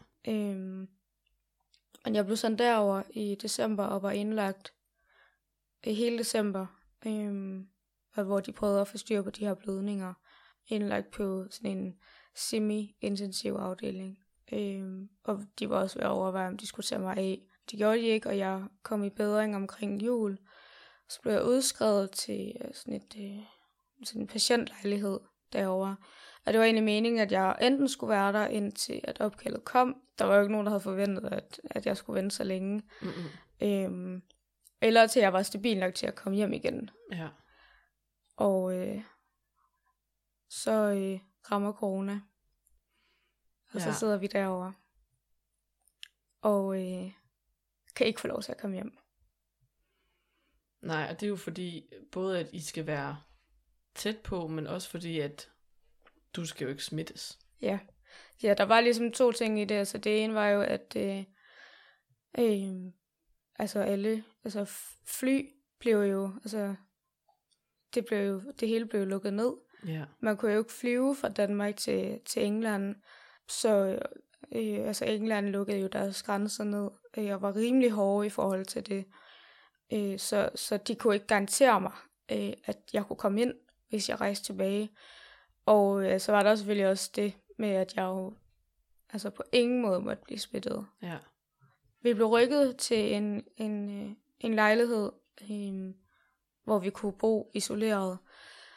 Men jeg blev sendt derover i december og var indlagt hele december, hvor de prøvede at få styr på de her blødninger. Indlagt på sådan en semi-intensiv afdeling. Og de var også ved at overveje, om de skulle tage mig af. Det gjorde de ikke, og jeg kom i bedring omkring jul. Så blev jeg udskrevet til sådan en patientlejlighed derovre. Og det var egentlig meningen, at jeg enten skulle være der, indtil at opkaldet kom. Der var jo ikke nogen, der havde forventet, at jeg skulle vente så længe. Eller til jeg var stabil nok til at komme hjem igen. Ja. Og så rammer corona. Og så sidder vi derovre. Og kan ikke få lov til at komme hjem. Nej, og det er jo fordi, både at I skal være tæt på, men også fordi, at du skal jo ikke smittes. Ja, der var ligesom to ting i det. Altså det ene var jo, at fly blev jo, altså det hele blev lukket ned. Ja. Man kunne jo ikke flyve fra Danmark til England, så England lukkede jo deres grænser ned, og var rimelig hårde i forhold til det. Så de kunne ikke garantere mig, at jeg kunne komme ind, hvis jeg rejste tilbage. Og så var der selvfølgelig også det med, at jeg jo på ingen måde måtte blive smittet. Ja. Vi blev rykket til en lejlighed, hvor vi kunne bo isoleret.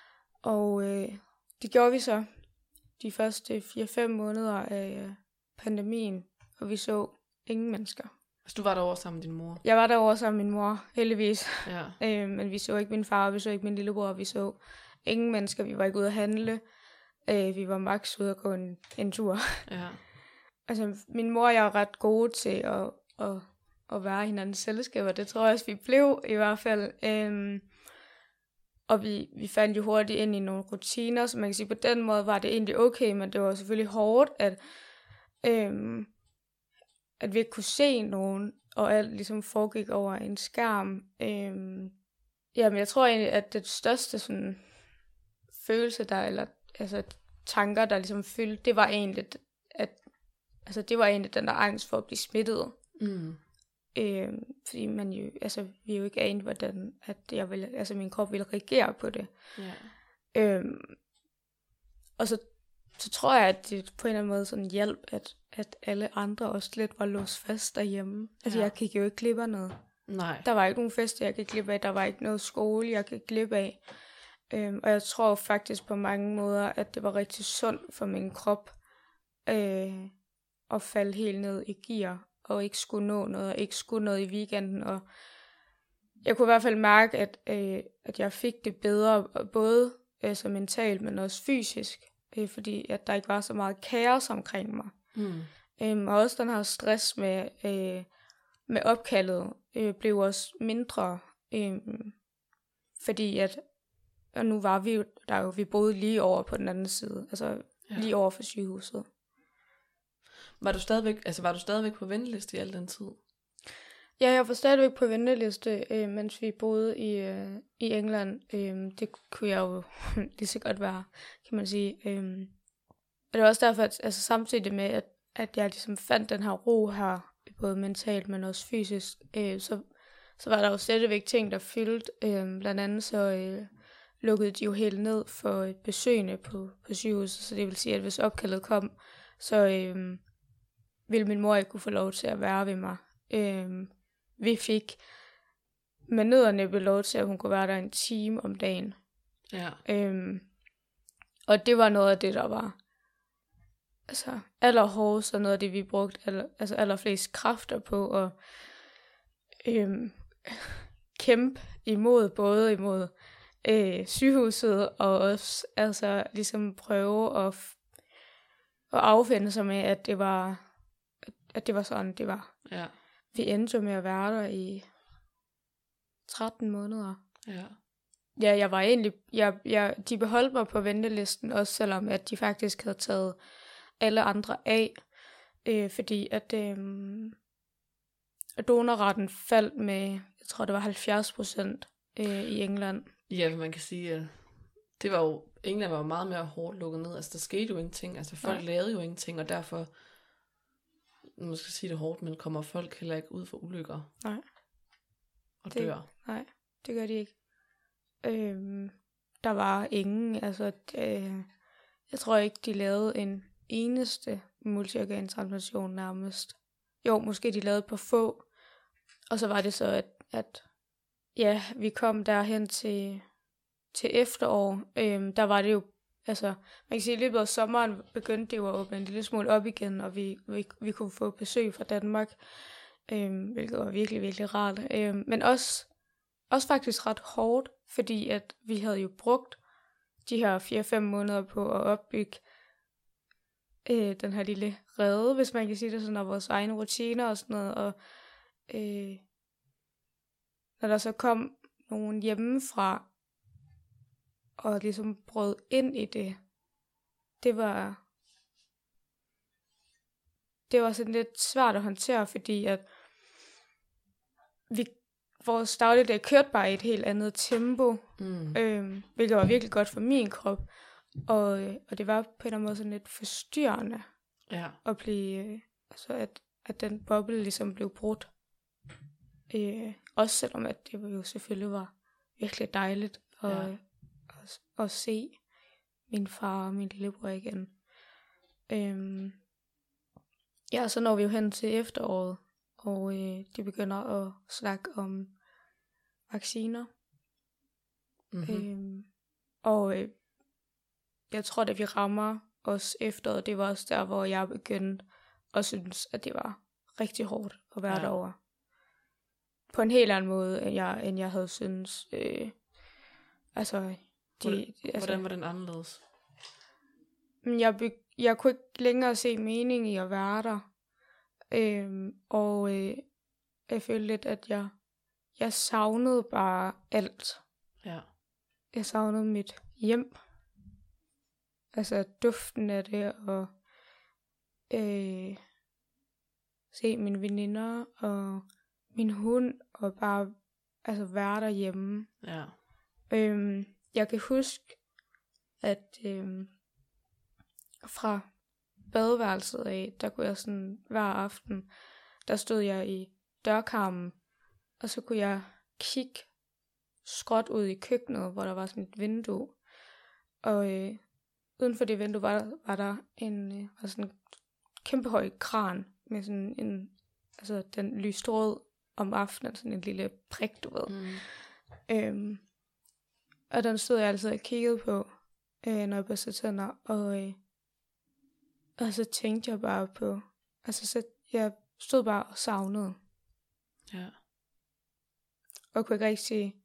Og det gjorde vi så de første 4-5 måneder af pandemien, og vi så ingen mennesker. Altså, du var derovre sammen med din mor? Jeg var derovre sammen med min mor, heldigvis. Ja. Men vi så ikke min far, vi så ikke min lillebror, vi så ingen mennesker. Vi var ikke ude at handle. Vi var maks ude at gå en tur. Ja. Altså, min mor og jeg er ret gode til at være hinandens selskaber. Det tror jeg også, vi blev i hvert fald. Og vi fandt jo hurtigt ind i nogle rutiner, så man kan sige, på den måde var det egentlig okay, men det var selvfølgelig hårdt, at vi ikke kunne se nogen, og alt ligesom foregik over en skærm. Jamen, jeg tror egentlig, at det største sådan, følelse, tanker, der ligesom fyldte, det var egentlig, det var egentlig den der angst for at blive smittet. Mm. Fordi man jo, vi er jo ikke anet, hvordan min krop ville reagere på det. Yeah. Og så tror jeg, at det på en eller anden måde sådan hjælp, at alle andre også lidt var låst fast derhjemme. Altså, jeg gik jo ikke glip af noget. Nej. Der var ikke nogen fester, jeg gik glip af. Der var ikke noget skole, jeg gik glip af. Og jeg tror faktisk på mange måder, at det var rigtig sundt for min krop at falde helt ned i gear, og ikke skulle nå noget, og ikke skulle noget i weekenden. Og jeg kunne i hvert fald mærke, at jeg fik det bedre, både så mentalt, men også fysisk, fordi at der ikke var så meget kaos omkring mig. Mm. Og også den her stress med opkaldet blev også mindre, fordi at, og nu var vi jo, vi boede lige over på den anden side, lige over for sygehuset. Var du stadigvæk på venteliste i al den tid? Ja, jeg var stadigvæk på venteliste, mens vi boede i England. Det kunne jeg jo lige så godt være, kan man sige. Og det var også derfor, at samtidig med, at jeg ligesom fandt den her ro her, både mentalt, men også fysisk, så var der jo stadigvæk ting, der fyldte. Blandt andet så lukkede de jo helt ned for besøgende på sygehuset, så det vil sige, at hvis opkaldet kom, så ville min mor ikke kunne få lov til at være ved mig. Vi fik med nød og næppe lov til, at hun kunne være der en time om dagen. Ja. Og det var noget af det, der var allerhårdest, og noget af det, vi brugte allerflest kræfter på at kæmpe imod, både imod sygehuset, og også ligesom prøve at affinde sig med, at det var sådan, det var. Ja. Vi endte jo med at være der i 13 måneder. Ja. Ja, jeg var egentlig, de beholdt mig på ventelisten, også selvom at de faktisk havde taget alle andre af, fordi at donorretten faldt med, jeg tror det var 70% i England. Ja, man kan sige, at det var jo, England var jo meget mere hårdt lukket ned, altså der skete jo ingenting, altså folk lavede jo ingenting, og derfor, man skal sige det hårdt, men kommer folk heller ikke ud for ulykker. Nej. Og dør. Nej, det gør de ikke. Der var ingen, jeg tror ikke, de lavede en eneste multiorgantransplantation nærmest. Jo, måske de lavede på få, og så var det så, at vi kom derhen til efterår. Der var det jo, man kan sige, i løbet af sommeren begyndte det jo at åbne en lille smule op igen, og vi kunne få besøg fra Danmark, hvilket var virkelig, virkelig rart. Men også faktisk ret hårdt, fordi at vi havde jo brugt de her 4-5 måneder på at opbygge den her lille rede, hvis man kan sige det sådan, og vores egne rutiner og sådan noget, og når der så kom nogen hjemmefra, og ligesom brød ind i det var sådan lidt svært at håndtere, fordi at vores dagligdag kørte bare i et helt andet tempo, hvilket var virkelig godt for min krop, og det var på en eller anden måde sådan lidt forstyrrende at blive, at den boble ligesom blev brudt. Også selvom at det jo selvfølgelig var virkelig dejligt at se min far og min lillebror igen. Så når vi jo hen til efteråret, og de begynder at snakke om vacciner. Mm-hmm. jeg tror, at vi rammer os efteråret, det var også der, hvor jeg begyndte at synes, at det var rigtig hårdt at være derovre. På en helt anden måde, end jeg havde syntes. Hvordan var den anderledes? Jeg kunne ikke længere se mening i at være der. Jeg følte lidt, at jeg savnede bare alt. Ja. Jeg savnede mit hjem. Altså duften af det, og se mine veninder, og min hund, og bare være derhjemme. Ja. Jeg kan huske, at fra badeværelset af, der kunne jeg sådan hver aften, der stod jeg i dørkarmen, og så kunne jeg kigge skråt ud i køkkenet, hvor der var sådan et vindue, og uden for det vindue var der var sådan en kæmpe høj kran med sådan den lyste rød om aftenen, sådan en lille prik, du ved. Og den stod jeg altid og kiggede på, når jeg børste tænder, og så tænkte jeg bare på, så jeg stod bare og savnede. Ja. Og kunne ikke rigtig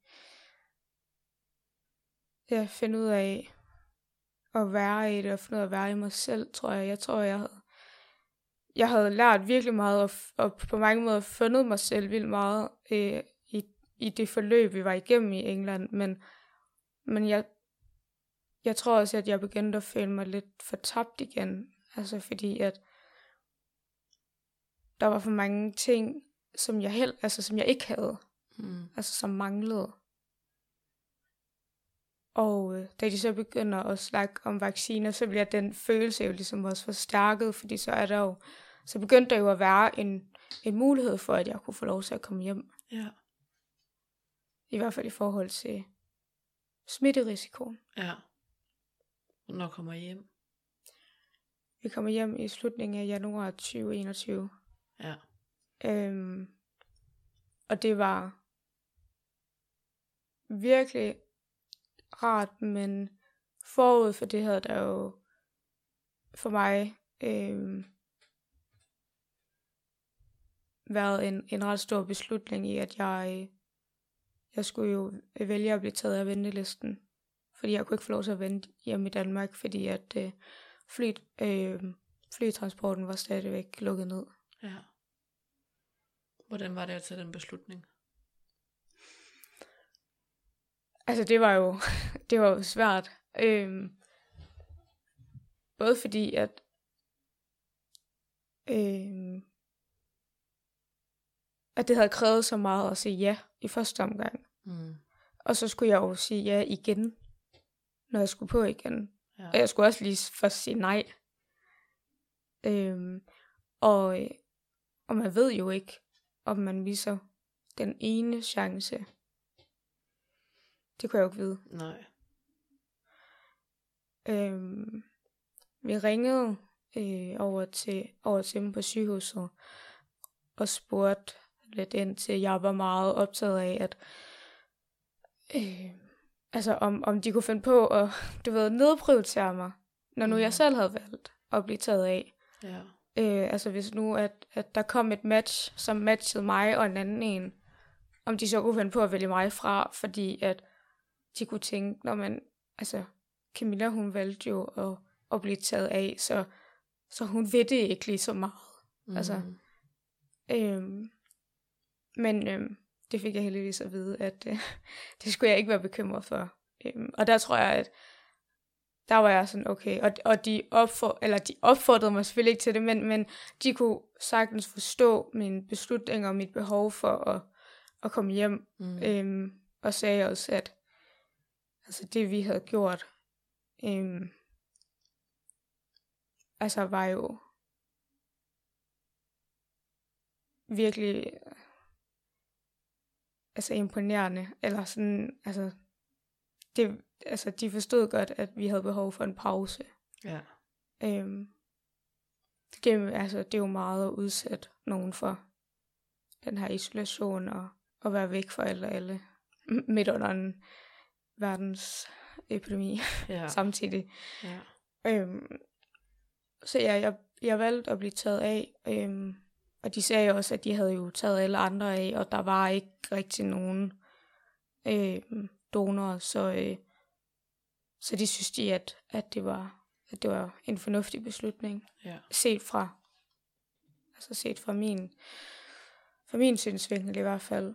finde ud af at være i det, og finde ud af at være i mig selv, tror jeg. Jeg tror, jeg havde lært virkelig meget, og på mange måder fundet mig selv vildt meget i det forløb, vi var igennem i England. Men jeg tror også, at jeg begyndte at føle mig lidt fortabt igen. Altså fordi, at der var for mange ting, som jeg ikke havde. Altså som manglede. Og da de så begynder at snakke om vacciner, så bliver den følelse jo ligesom også forstærket, fordi så begyndte der jo at være en mulighed for, at jeg kunne få lov til at komme hjem. Ja. I hvert fald i forhold til smitterisikoen. Ja. Hvornår kommer I hjem? Vi kommer hjem i slutningen af januar 2021. Ja. Og det var virkelig rart, men forud for det havde der jo for mig været en ret stor beslutning i, at jeg skulle jo vælge at blive taget af ventelisten, fordi jeg kunne ikke få lov til at vente hjemme i Danmark, fordi at flytransporten var stadigvæk lukket ned. Ja. Hvordan var det at tage den beslutning? Altså det var jo svært. Både fordi at det havde krævet så meget at sige ja i første omgang. Og så skulle jeg jo sige ja igen, når jeg skulle på igen. Ja. Og jeg skulle også lige først sige nej. Og man ved jo ikke, om man misser den ene chance. Det kunne jeg jo ikke vide. Nej. Vi ringede over til dem på sygehuset og spurgte lidt ind til, jeg var meget optaget af, at om de kunne finde på at, nedprioritere mig, når nu jeg selv havde valgt at blive taget af. Ja. Hvis nu, at der kom et match, som matchede mig og en anden en, om de så kunne finde på at vælge mig fra, fordi at de kunne tænke, Camilla, hun valgte jo at blive taget af, så hun ved det ikke lige så meget. Men det fik jeg heldigvis at vide, at det skulle jeg ikke være bekymret for. Og der tror jeg, at der var jeg sådan, okay, og de opfordrede mig selvfølgelig ikke til det, men de kunne sagtens forstå mine beslutninger og mit behov for at komme hjem, og sagde også, at det vi havde gjort, var jo virkelig imponerende, eller sådan, de forstod godt, at vi havde behov for en pause. Ja. Det er jo meget at udsætte nogen for den her isolation og være væk fra alle midt under en verdens epidemi Ja. samtidig. Ja. Så ja, jeg valgte at blive taget af, og de sagde også, at de havde jo taget alle andre af, og der var ikke rigtig nogen donorer, så de synes de, at det var en fornuftig beslutning, Ja. set fra min synsvinkel i hvert fald.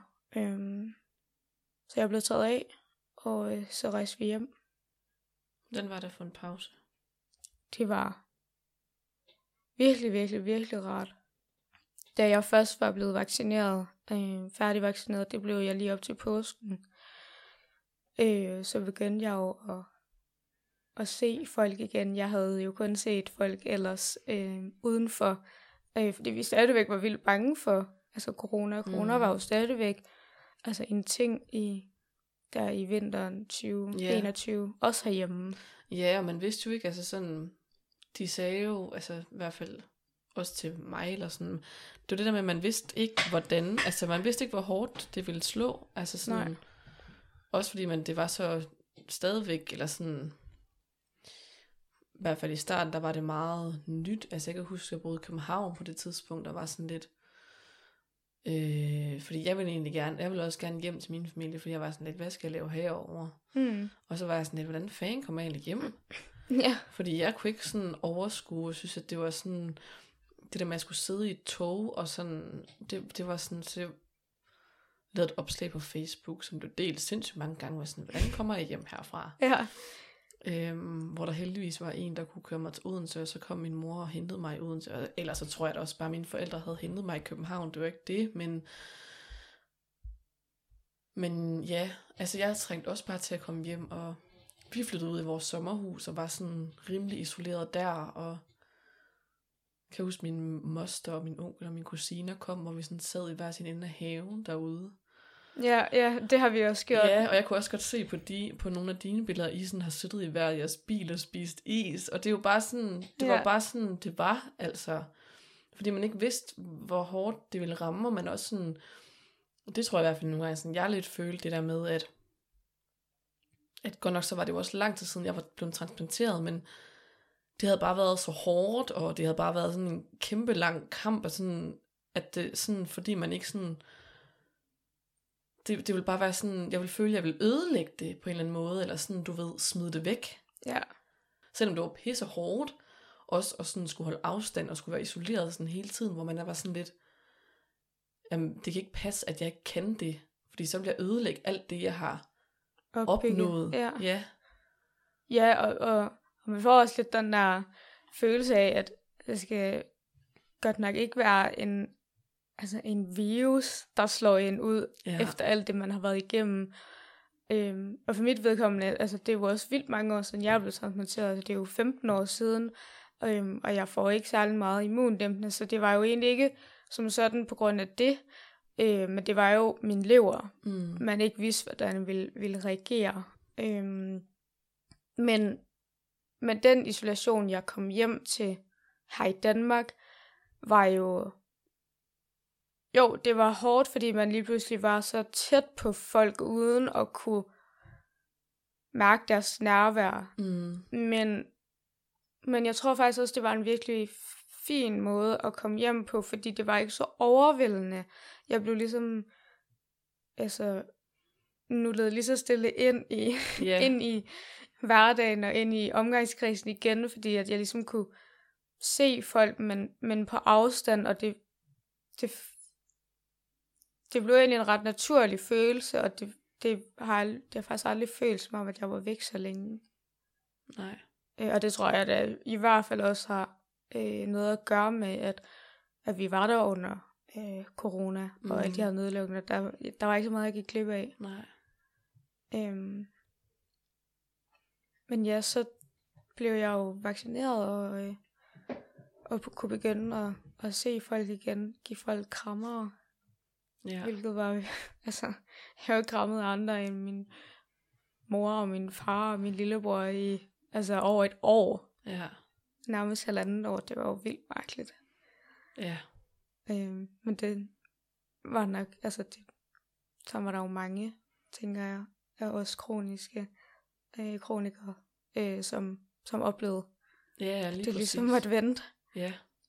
Så jeg blev taget af, og så rejste vi hjem. Den var der for en pause. Det var virkelig, virkelig, virkelig rart. Da jeg først var blevet vaccineret, færdigvaccineret, det blev jeg lige op til påsken. Så begyndte jeg jo at se folk igen. Jeg havde jo kun set folk ellers udenfor, fordi vi stadigvæk var vildt bange for corona. Corona var jo stadigvæk en ting der i vinteren 2021, også herhjemme. Ja, og man vidste jo ikke, de sagde jo, i hvert fald også til mig, eller sådan, det var det der med, at man vidste ikke, hvordan, man vidste ikke, hvor hårdt det ville slå, Nej. Også fordi det var så stadigvæk, eller sådan, i hvert fald i starten, der var det meget nyt, jeg kan huske, at jeg boede i København på det tidspunkt, der var sådan lidt, fordi jeg ville også gerne hjem til min familie, fordi jeg var sådan lidt, hvad skal jeg lave herovre? Og så var jeg sådan lidt, hvordan fanden kommer jeg egentlig hjem? Ja. Fordi jeg kunne ikke sådan overskue, jeg synes, at det var sådan, det der med at skulle sidde i et tog, og sådan, det var sådan, så jeg lavede et opslag på Facebook, som blev delt sindssygt mange gange, var sådan, hvordan kommer jeg hjem herfra? Ja. Hvor der heldigvis var en, der kunne køre mig til Odense, og så kom min mor og hentede mig i Odense, og ellers så tror jeg da også bare, at mine forældre havde hentet mig i København, det var ikke det, men ja, jeg trængte også bare til at komme hjem, og vi flyttede ud i vores sommerhus, og var sådan rimelig isoleret der, og jeg kan huske, min moster og min onkel og mine kusiner kom, og vi sådan sad i hver sin ende af haven derude. Ja, det har vi også gjort. Ja, og jeg kunne også godt se på nogle af dine billeder, I sådan har siddet i hver jeres bil og spist is, og det er jo bare sådan, var bare sådan, det var fordi man ikke vidste, hvor hårdt det ville ramme, og man også sådan, det tror jeg i hvert fald nogle gange, sådan, jeg lidt følte det der med, at godt nok så var det jo også lang tid siden, jeg var blevet transplanteret, men det havde bare været så hårdt, og det havde bare været sådan en kæmpe lang kamp, og sådan, at det sådan, fordi man ikke sådan, det ville bare være sådan, jeg ville føle, at jeg ville ødelægge det på en eller anden måde, eller sådan, du ved, smide det væk. Ja. Selvom det var pisse hårdt, også og sådan skulle holde afstand, og skulle være isoleret sådan hele tiden, hvor man var sådan lidt, jamen, det kan ikke passe, at jeg ikke kan det, fordi så vil jeg ødelægge alt det, jeg har opnået. Ja. Ja, og man får også lidt den der følelse af, at det skal godt nok ikke være en virus, der slår en ud efter alt det, man har været igennem. Og for mit vedkommende, det er jo også vildt mange år siden, jeg blev transplanteret, det er jo 15 år siden, og jeg får ikke særlig meget immundæmpende, så det var jo egentlig ikke som sådan på grund af det, men det var jo min lever, man ikke vidste, hvordan ville reagere. Men den isolation, jeg kom hjem til her i Danmark, var jo, det var hårdt, fordi man lige pludselig var så tæt på folk, uden at kunne mærke deres nærvær. Men jeg tror faktisk også, det var en virkelig fin måde at komme hjem på, fordi det var ikke så overvældende. Jeg blev ligesom, nullet lige så stille ind i hverdagen og ind i omgangskredsen igen, fordi at jeg ligesom kunne se folk, men på afstand, og det blev egentlig en ret naturlig følelse, og det har faktisk aldrig følt som om, at jeg var væk så længe. Nej. Og det tror jeg, at i hvert fald også har noget at gøre med, at vi var der under corona, og alle de her nedlukninger. Der var ikke så meget, jeg gik glip af. Nej. Men ja, så blev jeg jo vaccineret, og kunne begynde at se folk igen, give folk krammer. Ja. Hvilket var, jeg har jo krammet andre end min mor og min far og min lillebror i over et år. Ja. Nærmest 1,5 år. Det var jo vildt mærkeligt. Ja. Men det var nok, så var der jo mange, tænker jeg, er også kroniske kronikere, som oplevede, Ja, lige det præcis. ligesom måtte vente. Ja.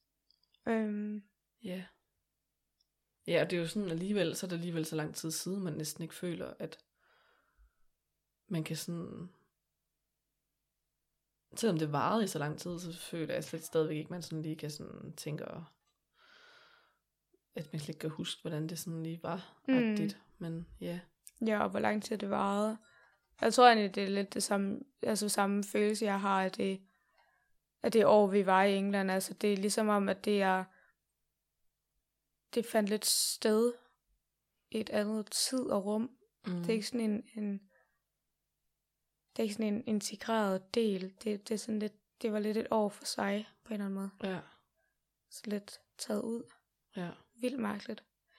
Ja. Ja, og det er jo sådan alligevel, så er det alligevel så lang tid siden, man næsten ikke føler, at man kan sådan... Selvom det varede i så lang tid, så føler jeg slet stadigvæk ikke, man sådan lige kan sådan tænke, at man slet ikke kan huske, hvordan det sådan lige var agtigt. Men ja. Ja, og hvor lang tid det varede. Jeg tror egentlig, det er lidt det samme, altså samme følelse, jeg har af det år, vi var i England. Altså det er ligesom om, at det fandt lidt sted i et andet tid og rum. Det er ikke sådan det er ikke sådan en integreret del. Det er sådan lidt, det var lidt et år for sig, på en eller anden måde. Ja. Så lidt taget ud. Ja. Vildt mærkeligt.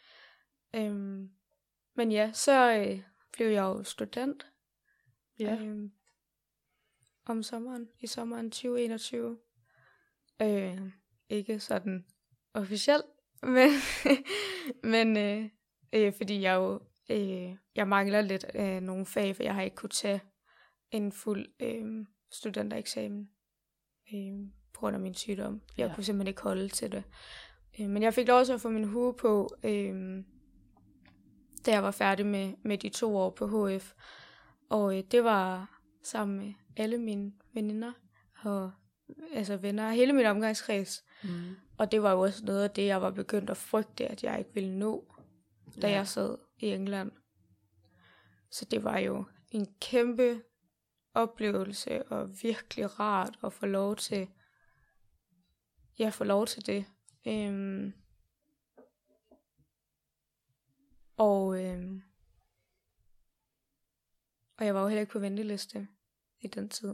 Men ja, så blev jeg jo student. Ja. Om sommeren. I sommeren 2021. Ikke sådan officielt, men fordi jeg jo jeg mangler lidt nogle fag, for jeg har ikke kunne tage en fuld studentereksamen på grund af min sygdom. Jeg kunne simpelthen ikke holde til det. Men jeg fik lov til at få min hue på, da jeg var færdig med de 2 år på HF. Og det var sammen med alle mine veninder og altså venner, hele min omgangskreds. Og det var jo også noget af det, jeg var begyndt at frygte, at jeg ikke ville nå, da jeg sad i England. Så det var jo en kæmpe oplevelse, og virkelig rart at få lov til, det. Og jeg var jo heller ikke på venteliste i den tid.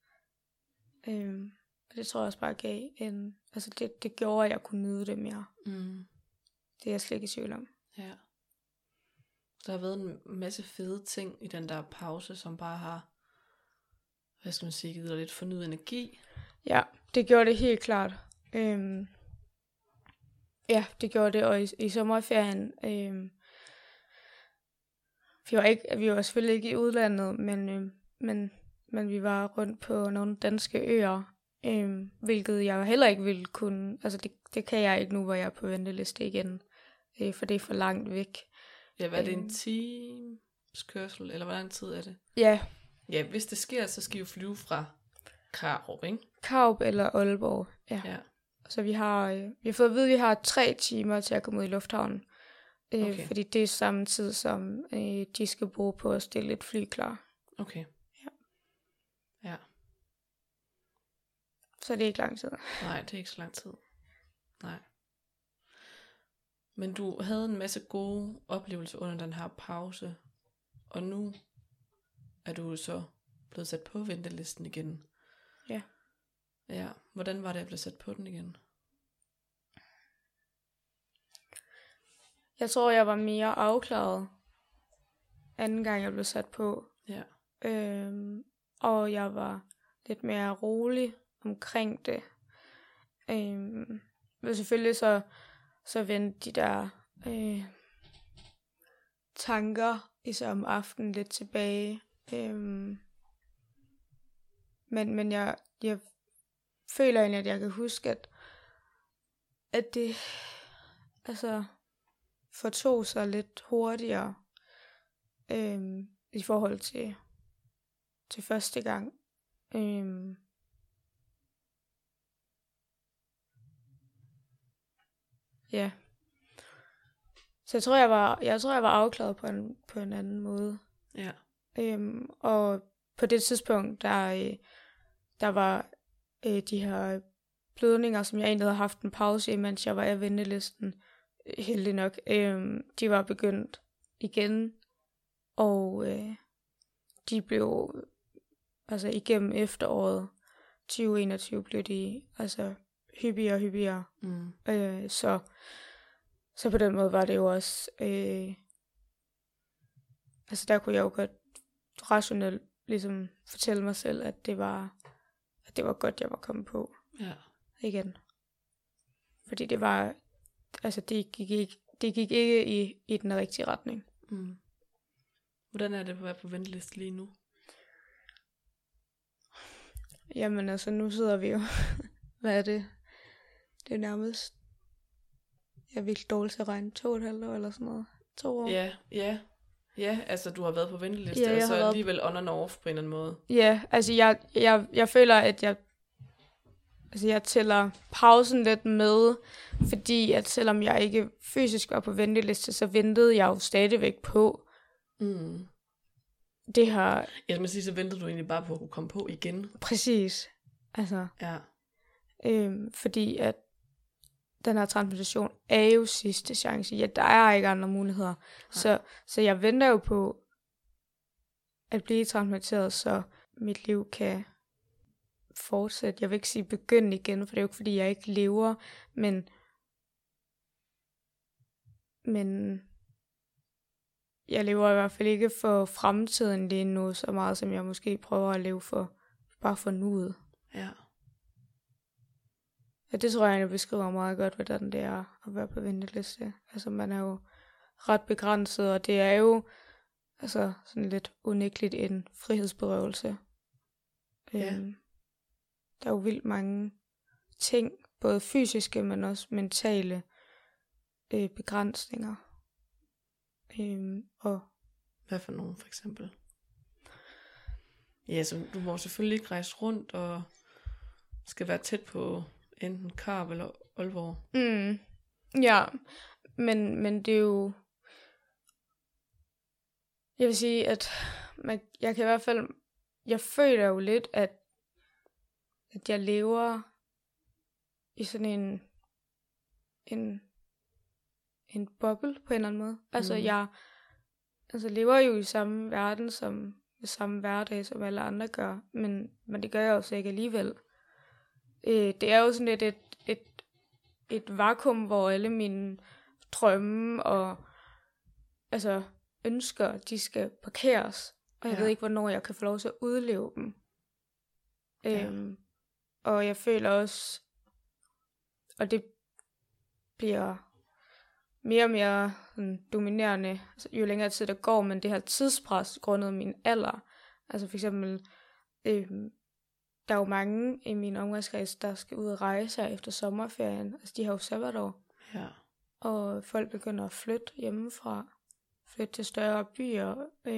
Og det tror jeg også bare gav det gjorde, at jeg kunne nyde det mere. Det er jeg slet ikke i tvivl om. Ja. Der har været en masse fede ting i den der pause, som bare har, hvad skal man sige, givet dig lidt fornyet energi. Ja, det gjorde det helt klart. Ja, det gjorde det, og i sommerferien, vi var selvfølgelig ikke i udlandet, men vi var rundt på nogle danske øer, hvilket jeg heller ikke ville kunne, altså det kan jeg ikke nu, hvor jeg er på venteliste igen, for det er for langt væk. Ja, hvad er det, en times kørsel, eller hvor lang tid er det? Ja. Ja, hvis det sker, så skal I jo flyve fra Karup, ikke? Karup eller Aalborg, ja. Så vi har fået at vide, at vi har 3 timer til at komme ud i lufthavnen. Okay. Fordi det er samme tid, som de skal bruge på at stille et fly klar. Okay. Ja. Så det er ikke lang tid. Nej, det er ikke så lang tid. Nej. Men du havde en masse gode oplevelser under den her pause. Og nu er du så blevet sat på ventelisten igen. Ja. Ja. Hvordan var det at blive sat på den igen? Jeg tror, jeg var mere afklaret anden gang, jeg blev sat på. Ja. Og jeg var lidt mere rolig omkring det. Men selvfølgelig så vendte de der tanker, især om aftenen, lidt tilbage. Men jeg føler egentlig, at jeg kan huske, at det fortog sig lidt hurtigere i forhold til første gang. Ja. Så jeg tror jeg var afklaret på en anden måde. Ja. Og på det tidspunkt der var de her blødninger, som jeg egentlig havde haft en pause i, mens jeg var af ventelisten, heldig nok, de var begyndt igen, og de blev igennem efteråret 2021 blev de hyppigere og hyppigere. Så på den måde var det jo også der kunne jeg jo godt rationelt ligesom fortælle mig selv, at det var godt, jeg var kommet på igen, fordi det var det gik ikke i den rigtige retning. Hvordan er det at være på venteliste lige nu? Jamen altså, nu sidder vi jo... Hvad er det? Det er nærmest... Jeg er virkelig dårlig til at regne 2,5 år eller sådan noget. 2 år. Ja, altså du har været på venteliste, Ja, og jeg så har alligevel on and off på en eller anden måde. Ja, altså jeg føler, at jeg tæller pausen lidt med, fordi at selvom jeg ikke fysisk var på venteliste, så ventede jeg jo stadigvæk på. Det her... Jeg vil sige, så ventede du egentlig bare på at kunne komme på igen. Præcis. Altså, Ja. fordi at den her transplantation er jo sidste chance. Ja, der er ikke andre muligheder. Så jeg venter jo på at blive transplanteret, så mit liv kan fortsætte. Jeg vil ikke sige begynde igen, for det er jo ikke, fordi jeg ikke lever, men jeg lever i hvert fald ikke for fremtiden lige nu, så meget som jeg måske prøver at leve for, bare for nuet. Ja. Ja, det tror jeg beskriver meget godt, hvordan det er at være på venteliste. Altså man er jo ret begrænset, og det er jo altså sådan lidt unægteligt en frihedsberøvelse. Ja. Der er jo vildt mange ting, både fysiske, men også mentale begrænsninger. Og hvad for nogen, for eksempel? Ja, så du må selvfølgelig ikke rejse rundt, og skal være tæt på enten Karup eller Aalborg. Ja, men det er jo... Jeg vil sige, at jeg kan i hvert fald... Jeg føler jo lidt, at jeg lever i sådan en boble på en eller anden måde. Altså jeg lever jo i samme verden som samme hverdag som alle andre gør, men det gør jeg jo så ikke alligevel. Det er jo sådan lidt et vakuum, hvor alle mine drømme og altså ønsker, de skal parkeres, og jeg ved ikke, hvornår jeg kan få lov til at udleve dem. Og jeg føler også, og det bliver mere og mere sådan, dominerende, altså, jo længere tid der går, men det her tidspres grundet min alder. Altså for eksempel, der er jo mange i min omgangskreds, der skal ud og rejse her efter sommerferien. Altså de har jo sabbatår. Ja. Og folk begynder at flytte hjemmefra. Flytte til større byer.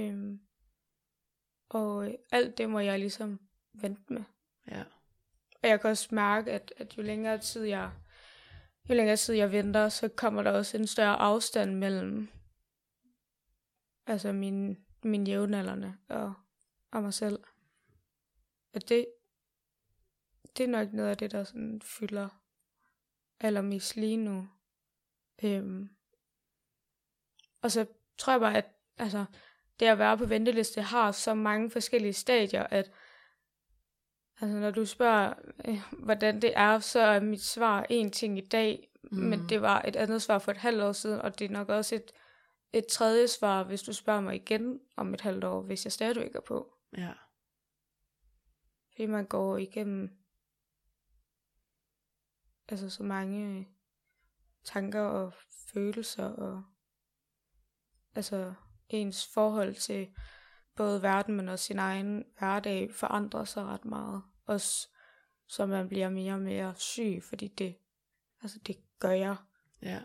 Og alt det må jeg ligesom vente med. Ja. Og jeg kan også mærke, at jo længere tid jeg venter, så kommer der også en større afstand mellem altså mine jævnaldrende og mig selv. Og det er nok noget af det, der sådan fylder allermest lige nu. Og så tror jeg bare, at altså, det at være på venteliste har så mange forskellige stadier, at altså, når du spørger, hvordan det er, så er mit svar en ting i dag, men det var et andet svar for et halvt år siden, og det er nok også et tredje svar, hvis du spørger mig igen om et halvt år, hvis jeg stadigvæk er på. Ja. Fordi man går igennem altså så mange tanker og følelser, og altså ens forhold til både verden, men også sin egen hverdag forandrer sig ret meget. Også så man bliver mere og mere syg, fordi det gør jeg. Ja.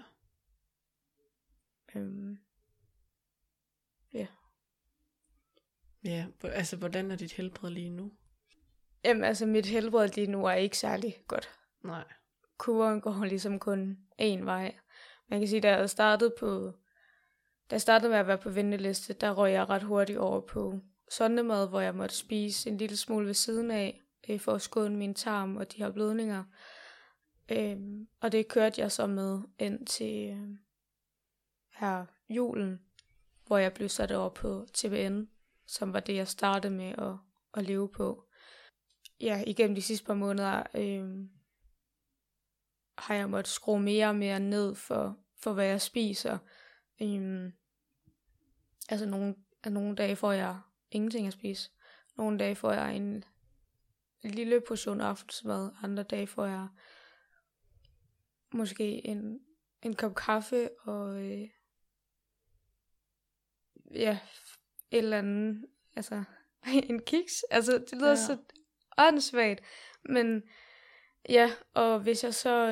Ja. Ja, altså hvordan er dit helbred lige nu? Jamen altså mit helbred lige nu er ikke særlig godt. Nej. Kurven går ligesom kun én vej. Man kan sige, da jeg startede med at være på venteliste, der røg jeg ret hurtigt over på sondemad, hvor jeg måtte spise en lille smule ved siden af, for at skåne min tarm og de her blødninger. Og det kørte jeg så med ind til her julen, hvor jeg blev sat over på TBN, som var det, jeg startede med at leve på. Ja, igennem de sidste par måneder har jeg måttet skrue mere og mere ned for hvad jeg spiser. Altså nogle dage får jeg ingenting at spise. Nogle dage får jeg en lille portion aftensmad. Andre dage får jeg måske en kop kaffe og et eller andet, altså en kiks. Altså det lyder så åndssvagt. Men ja, og hvis jeg så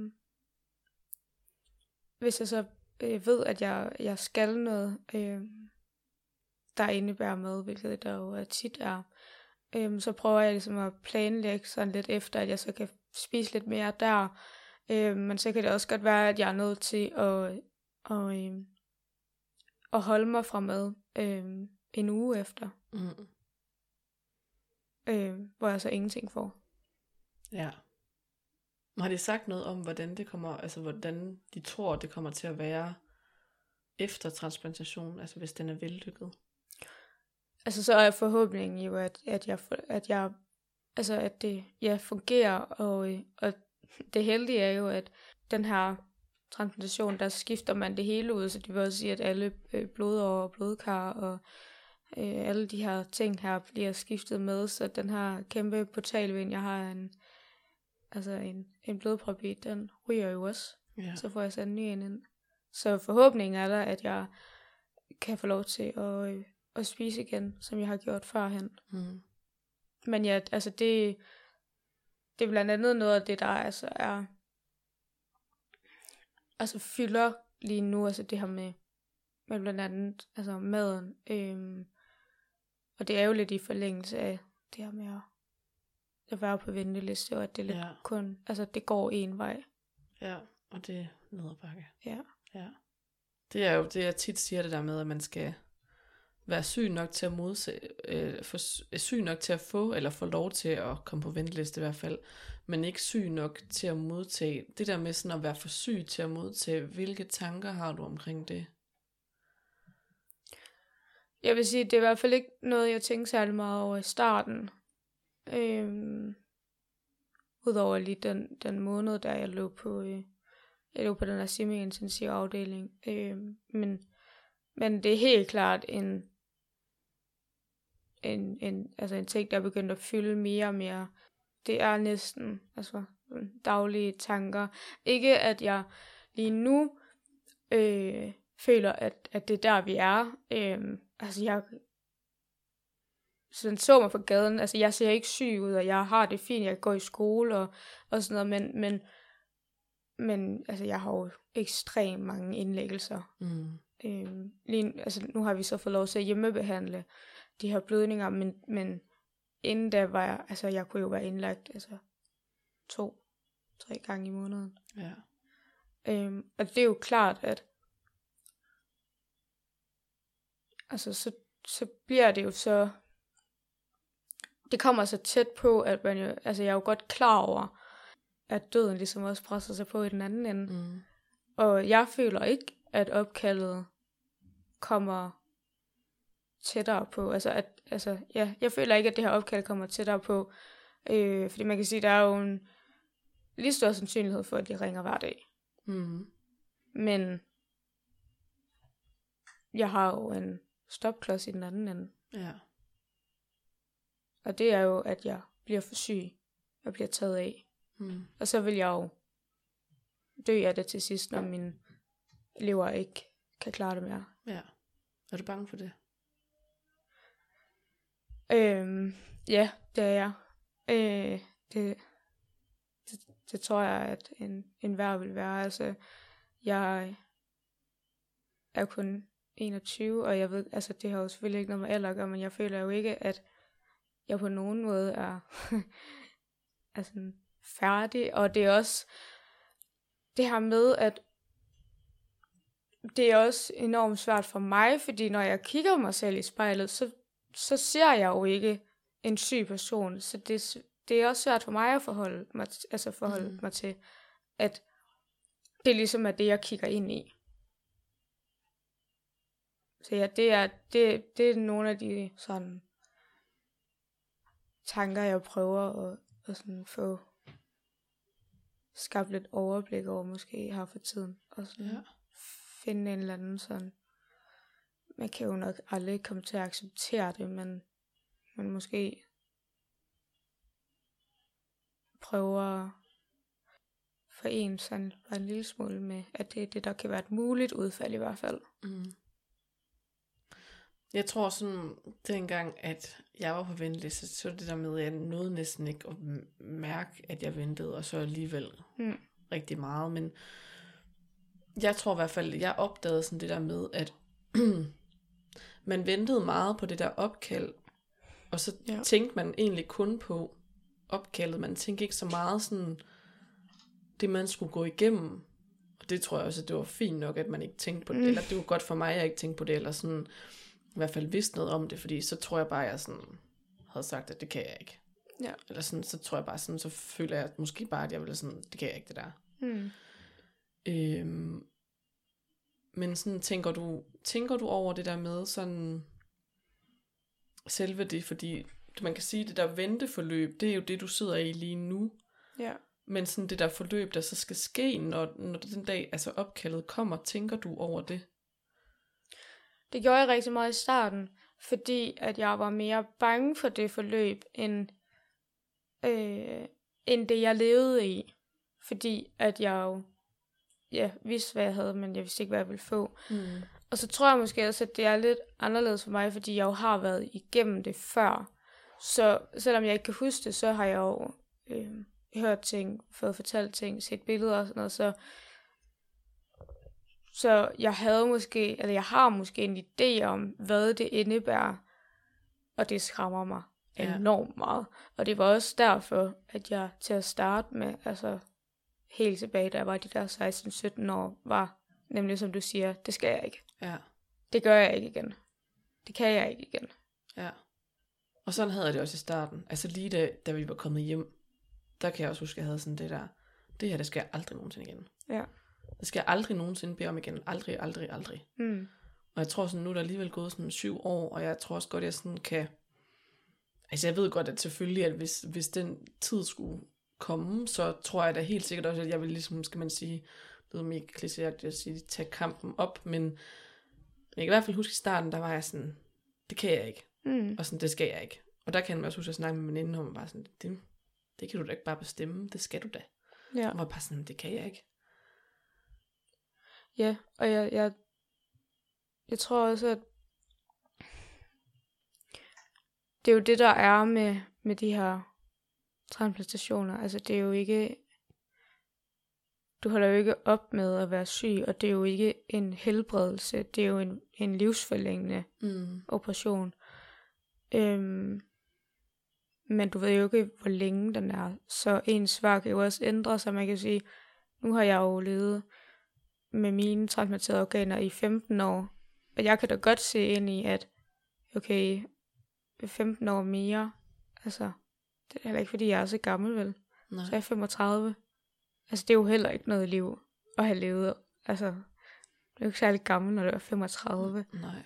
ved, at jeg skal noget, der indebærer mad, hvilket der jo tit er, så prøver jeg ligesom at planlægge sådan lidt efter, at jeg så kan spise lidt mere der. Men så kan det også godt være, at jeg er nødt til at holde mig fra mad en uge efter. Hvor jeg så ingenting får. Ja. Har de sagt noget om, hvordan det kommer, altså hvordan de tror, det kommer til at være efter transplantation, altså hvis den er vellykket? Altså så er forhåbningen jo, at det fungerer, og det heldige er jo, at den her transplantation, der skifter man det hele ud, så det vil også sige, at alle blodårer og blodkar og alle de her ting her bliver skiftet med, så den her kæmpe portalven, jeg har en blodprop i, den ryger jo også. Ja. Så får jeg sat en ny ind. Så forhåbningen er der, at jeg kan få lov til at spise igen, som jeg har gjort førhen. Men ja, altså det er blandt andet noget af det, der altså fylder lige nu, altså det her med blandt andet altså maden. Og det er jo lidt i forlængelse af det her med at være på venteliste, og at det lidt kun, altså det går en vej. Ja, og det er ned ad bakke. Ja. Det er jo det, jeg tit siger, det der med, at man skal være syg nok til at syg nok til at få, eller få lov til at komme på venteliste i hvert fald, men ikke syg nok til at modtage. Det der med sådan at være for syg til at modtage, hvilke tanker har du omkring det? Jeg vil sige, det er i hvert fald ikke noget, jeg tænkte særlig meget over i starten. Udover lige den måned, der jeg lå på den her semi-intensive afdeling. Men det er helt klart en ting, der er begyndt at fylde mere og mere. Det er næsten daglige tanker. Ikke at jeg lige nu føler, at det er der, vi er. Jeg så mig på gaden. Altså, jeg ser ikke syg ud, og jeg har det fint. Jeg går i skole og sådan noget, men altså, jeg har jo ekstremt mange indlæggelser. Nu har vi så fået lov til at hjemmebehandle de her blødninger, men inden da var jeg kunne jo være indlagt 2-3 gange i måneden. Ja. Og det er jo klart, at så bliver det jo så, det kommer så tæt på, at man jo, jeg er jo godt klar over, at døden ligesom også presser sig på i den anden ende. Og jeg føler ikke, at opkaldet kommer tættere på. Jeg føler ikke, at det her opkald kommer tættere på. Fordi man kan sige, at der er jo en lige stor sandsynlighed for, at de ringer hver dag. Men jeg har jo en stopklods i den anden ende. Ja. Og det er jo, at jeg bliver for syg og bliver taget af. Og så vil jeg jo dø af det til sidst, når min lever ikke kan klare det mere. Ja. Er du bange for det? Ja, det er jeg. Det tror jeg, at en hver vil være. Jeg er kun 21, og jeg ved, det har jo selvfølgelig ikke noget med alder at gøre, men jeg føler jo ikke, at jeg på nogen måde er færdig. Og det er også det her med, at det er også enormt svært for mig, fordi når jeg kigger mig selv i spejlet, så ser jeg jo ikke en syg person. Så det er også svært for mig at forholde mig til, at det ligesom er det, jeg kigger ind i. Så ja, det er nogle af de sådan tanker, jeg prøver at sådan få skabt lidt overblik over, måske her for tiden. Og sådan finde en eller anden sådan, man kan jo nok aldrig komme til at acceptere det, men måske prøver for en sådan bare en lille smule med, at det er det, der kan være et muligt udfald i hvert fald. Jeg tror sådan, dengang, at jeg var på venteliste, så det der med, at jeg nåede næsten ikke at mærke, at jeg ventede, og så alligevel rigtig meget. Men jeg tror i hvert fald, jeg opdagede sådan det der med, at man ventede meget på det der opkald, og så tænkte man egentlig kun på opkaldet. Man tænkte ikke så meget sådan, det man skulle gå igennem. Og det tror jeg også, at det var fint nok, at man ikke tænkte på det. Eller det var godt for mig, at jeg ikke tænkte på det, eller sådan i hvert fald vidste noget om det, fordi så tror jeg bare, at jeg sådan havde sagt, at det kan jeg ikke. Ja. Eller sådan, så tror jeg bare sådan, så føler jeg måske bare, at jeg ville sådan, det kan jeg ikke, det der. Men sådan, tænker du over det der med sådan selve det, fordi man kan sige, det der venteforløb, det er jo det, du sidder i lige nu. Ja. Men sådan det der forløb, der så skal ske, når den dag, altså opkaldet kommer, tænker du over det? Det gjorde jeg rigtig meget i starten, fordi at jeg var mere bange for det forløb, end det jeg levede i. Fordi at jeg jo vidste, hvad jeg havde, men jeg vidste ikke, hvad jeg ville få. Og så tror jeg måske også, at det er lidt anderledes for mig, fordi jeg jo har været igennem det før. Så selvom jeg ikke kan huske det, så har jeg jo hørt ting, fået fortalt ting, set billeder og sådan noget, så jeg har måske en idé om, hvad det indebærer, og det skræmmer mig enormt meget. Og det var også derfor, at jeg til at starte med, altså helt tilbage, da jeg var de der 16-17 år, var nemlig, som du siger, det skal jeg ikke. Ja. Det gør jeg ikke igen. Det kan jeg ikke igen. Ja. Og sådan havde jeg det også i starten. Altså lige da vi var kommet hjem, der kan jeg også huske, at jeg havde sådan det her, det skal jeg aldrig nogensinde igen. Ja. Det skal jeg aldrig nogensinde bede om igen. Aldrig, aldrig, aldrig. Og jeg tror sådan, nu er der alligevel gået sådan 7 år, og jeg tror også godt, jeg sådan kan... Altså jeg ved godt, at selvfølgelig, at hvis den tid skulle komme, så tror jeg da helt sikkert også, at jeg vil ligesom, skal man sige, det lyder mega klichéagtigt at sige, tage kampen op, men jeg kan i hvert fald huske i starten, der var jeg sådan, det kan jeg ikke. Og sådan, det skal jeg ikke. Og der kan jeg også huske at snakke med veninden om, bare sådan, det kan du da ikke bare bestemme, det skal du da. Ja. Og var bare sådan, det kan jeg ikke. Ja, og jeg tror også, at det er jo det, der er med de her transplantationer. Altså det er jo ikke, du holder jo ikke op med at være syg, og det er jo ikke en helbredelse, det er jo en livsforlængende operation. Men du ved jo ikke, hvor længe den er, så ens svar kan jo også ændre sig. Man kan sige, nu har jeg jo levet med mine transplanterede organer i 15 år, og jeg kan da godt se ind i, at okay, 15 år mere, altså, det er heller ikke, fordi jeg er så gammel, vel? Nej. Så jeg er 35. Altså, det er jo heller ikke noget liv at have levet. Altså, det er jo ikke særlig gammel, når du er 35. Nej.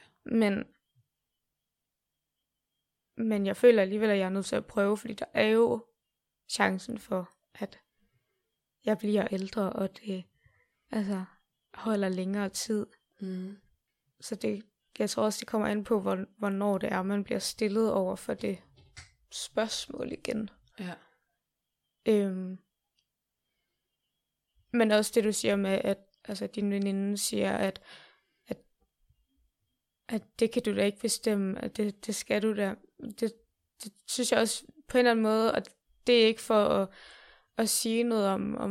Men jeg føler alligevel, at jeg er nødt til at prøve, fordi der er jo chancen for, at jeg bliver ældre, og det altså holder længere tid. Så jeg tror også, det kommer an på, hvornår det er, man bliver stillet over for det spørgsmål igen. Ja. Men også det, du siger med, at altså, din veninde siger, at det kan du da ikke bestemme, at det skal du da. Det synes jeg også på en eller anden måde, og det er ikke for at sige noget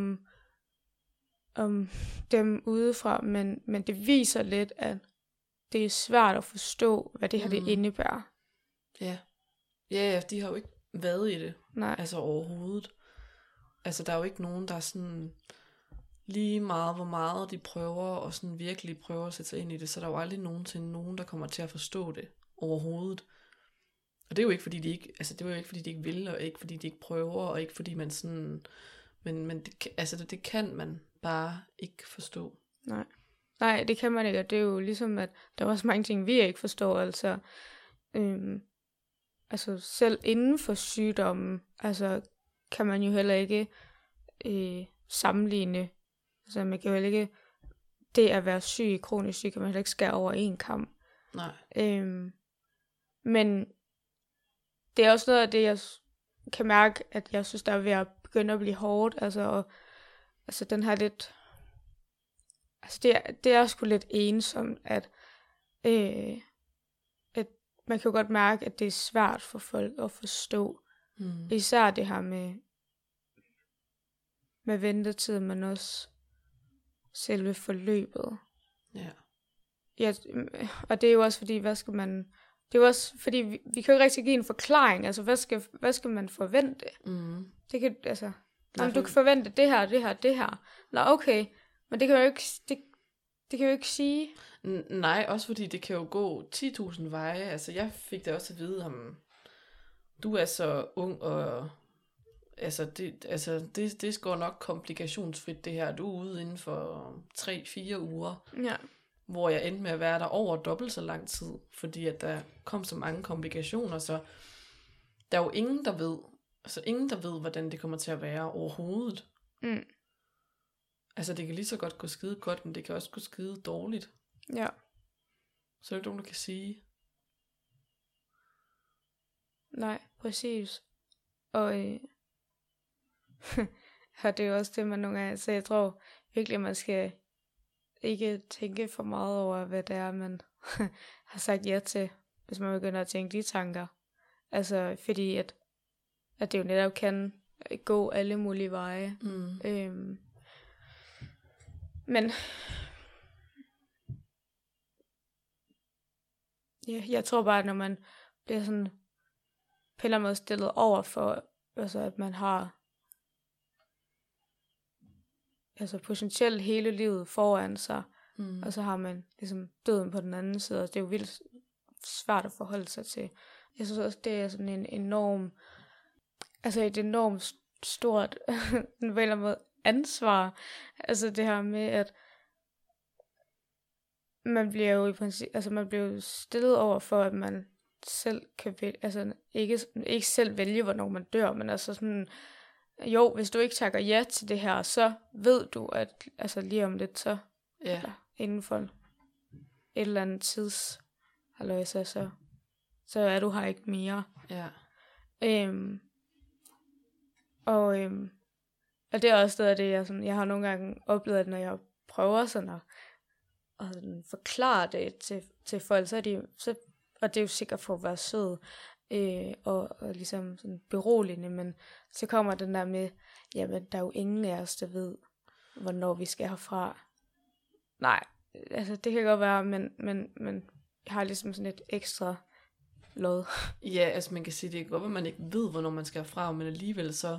om dem udefra, men det viser lidt, at det er svært at forstå, hvad det her det indebærer. Ja. Ja, de har jo ikke været i det. Nej. Altså overhovedet. Altså der er jo ikke nogen, der er sådan lige meget, hvor meget de prøver, og sådan virkelig prøver at sætte sig ind i det, så der er jo aldrig nogen, der kommer til at forstå det overhovedet. Og det er jo ikke, fordi de ikke, altså det er jo ikke, fordi de ikke vil, og ikke fordi de ikke prøver, og ikke fordi man sådan, men det kan man bare ikke forstå. Nej, det kan man ikke, og det er jo ligesom, at der er også mange ting, vi ikke forstår, altså selv inden for sygdommen, altså kan man jo heller ikke sammenligne, altså man kan jo heller ikke, det at være syg, kronisk syg, kan man heller ikke skære over en kam. Nej. Men det er også noget af det, jeg kan mærke, at jeg synes, der er ved at begynde at blive hårdt, altså den her lidt, altså det er sgu lidt ensomt, at man kan jo godt mærke, at det er svært for folk at forstå. Især det her med ventetid, men også selve forløbet. Ja. Ja, og det er jo også fordi, hvad skal man... Det er jo også fordi, vi kan jo ikke rigtig give en forklaring. Altså, hvad skal man forvente? Det kan, altså... Om du kan forvente det her, det her, det her. Nå, okay. Men det kan jo ikke... Det kan jo ikke sige. Nej, også fordi det kan jo gå 10.000 veje. Altså, jeg fik da også at vide, om du er så ung, og det går nok komplikationsfrit, det her. Du er ude inden for 3-4 uger. Ja. Hvor jeg endte med at være der over dobbelt så lang tid, fordi at der kom så mange komplikationer, så der er jo ingen, der ved, hvordan det kommer til at være overhovedet. Altså, det kan lige så godt gå skide godt, men det kan også gå skide dårligt. Ja. Så er det ikke nogen, der kan sige. Nej, præcis. Og og det er jo også det, man nogle gange... Så jeg tror virkelig, man skal ikke tænke for meget over, hvad det er, man har sagt ja til, hvis man begynder at tænke de tanker. Altså, fordi at det jo netop kan gå alle mulige veje. Men ja, jeg tror bare, at når man bliver sådan på en eller anden måde stillet over for, altså at man har altså potentielt hele livet foran sig, og så har man ligesom døden på den anden side, og det er jo vildt svært at forholde sig til. Jeg synes også, det er sådan en enorm, altså et enormt stort på en eller anden måde ansvar. Altså det her med, at man bliver jo i princip, altså man bliver jo stillet over for, at man selv kan vælge, altså ikke selv vælge, hvornår man dør, men altså sådan, jo, hvis du ikke takker ja til det her, så ved du, at altså lige om lidt, så inden for et eller andet så er du her ikke mere. Ja. Og det er også noget af det, jeg har nogle gange oplevet, at når jeg prøver sådan at forklare det til folk, så er og det er jo sikkert for at være sød, og ligesom sådan beroligende, men så kommer den der med, jamen der er jo ingen af os, der ved, hvornår vi skal herfra. Nej, altså det kan godt være, men jeg har ligesom sådan et ekstra lod. Ja, altså man kan sige, det kan godt være, at man ikke ved, hvornår man skal herfra, men alligevel så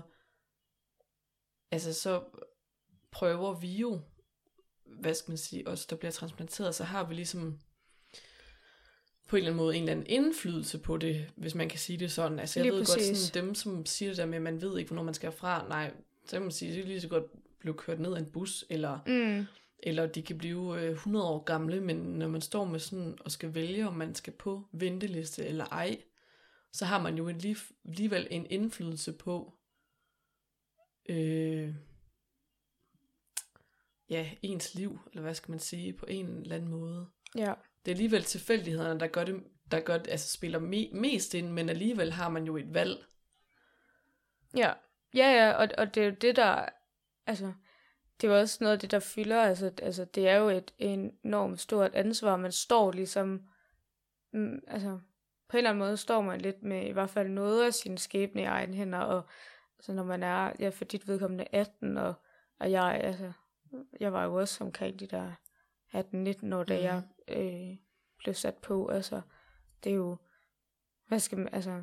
prøver vi jo, hvad skal man sige, os der bliver transplanteret, så har vi ligesom på en eller anden måde en eller anden indflydelse på det, hvis man kan sige det sådan. Altså jeg ved godt, sådan, dem som siger det der med, at man ved ikke, hvornår man skal herfra, nej, så kan man sige, det kan lige så godt blive kørt ned af en bus, eller de kan blive 100 år gamle, men når man står med sådan og skal vælge, om man skal på venteliste eller ej, så har man jo alligevel en indflydelse på ens liv, eller hvad skal man sige, på en eller anden måde. Ja. Det er alligevel tilfældighederne, der gør det, altså spiller mest ind, men alligevel har man jo et valg. Ja, og det er jo det, der, altså, det er jo også noget af det, der fylder, altså det er jo et enormt stort ansvar, man står ligesom, altså, på en eller anden måde står man lidt med i hvert fald noget af sin skæbne i egne hænder, og så når man er, for dit vedkommende 18, og jeg var jo også omkring de der 18-19 år, da jeg blev sat på, altså, det er jo, hvad skal man, altså,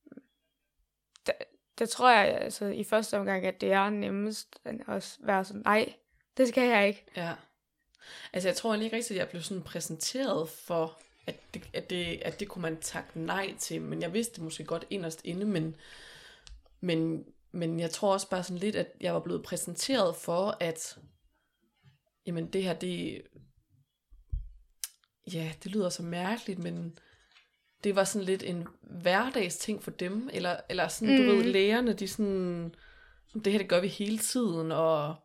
der tror jeg, altså, i første omgang, at det er nemmest at være sådan, nej, det skal jeg ikke. Ja. Altså, jeg tror egentlig ikke rigtigt, at jeg blev sådan præsenteret for, at det kunne man takke nej til, men jeg vidste det måske godt inderst inde, men jeg tror også bare sådan lidt, at jeg var blevet præsenteret for, at jamen det her, det lyder så mærkeligt, men det var sådan lidt en hverdagsting for dem, eller sådan, du ved, lægerne, de sådan, det her, det gør vi hele tiden, og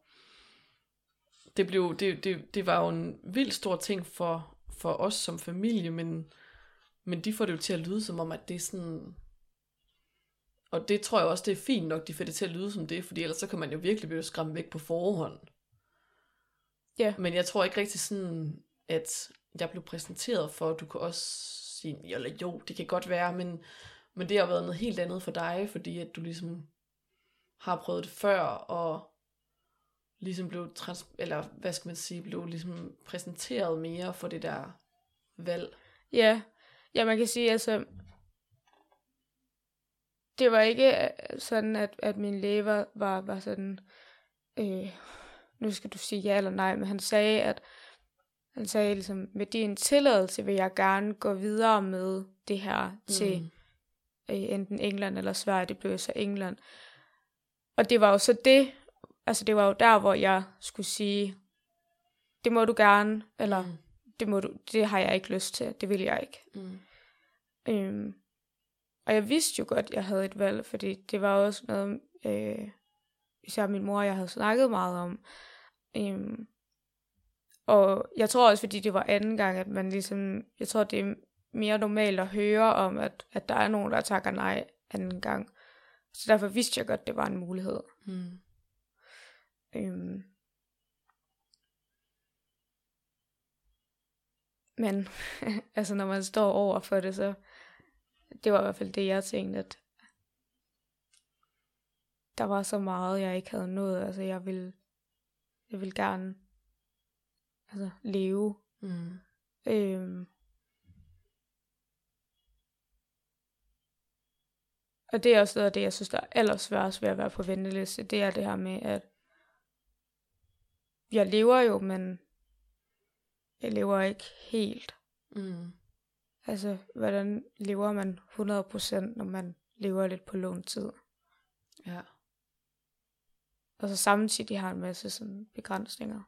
det var jo en vildt stor ting for os som familie, men de får det jo til at lyde som om, at det er sådan, og det tror jeg også, det er fint nok, de får det til at lyde som det, fordi ellers så kan man jo virkelig blive skræmt væk på forhånd. Ja. Men jeg tror ikke rigtig sådan, at jeg blev præsenteret for, at du kan også sige, eller jo, det kan godt være, men det har været noget helt andet for dig, fordi at du ligesom har prøvet det før, og ligesom blev, eller hvad skal man sige, blev ligesom præsenteret mere for det der valg. Ja, man kan sige, altså, det var ikke sådan, at min læge var sådan, nu skal du sige ja eller nej, men han sagde ligesom, med din tilladelse vil jeg gerne gå videre med det her til enten England eller Sverige. Det blev så England. Og det var jo så det, altså det var jo der, hvor jeg skulle sige, det må du gerne, eller det har jeg ikke lyst til, det vil jeg ikke. Og jeg vidste jo godt, at jeg havde et valg, fordi det var også noget, især min mor og jeg havde snakket meget om. Og jeg tror også, fordi det var anden gang, at man ligesom, jeg tror, det er mere normalt at høre om, at der er nogen, der takker nej anden gang. Så derfor vidste jeg godt, at det var en mulighed. Men altså, når man står over for det, så det var i hvert fald det, jeg tænkte, at der var så meget, jeg ikke havde nået. Altså, jeg ville gerne leve. Og det er også noget af det, jeg synes, der er allersværest ved at være på venteliste. Det er det her med, at jeg lever jo, men jeg lever ikke helt. Altså, hvordan lever man 100%, når man lever lidt på låntid? Ja. Og så samtidig har en masse sådan begrænsninger.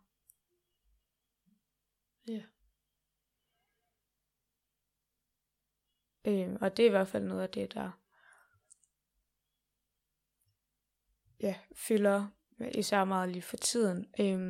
Ja. Og det er i hvert fald noget af det, der fylder især meget lige for tiden.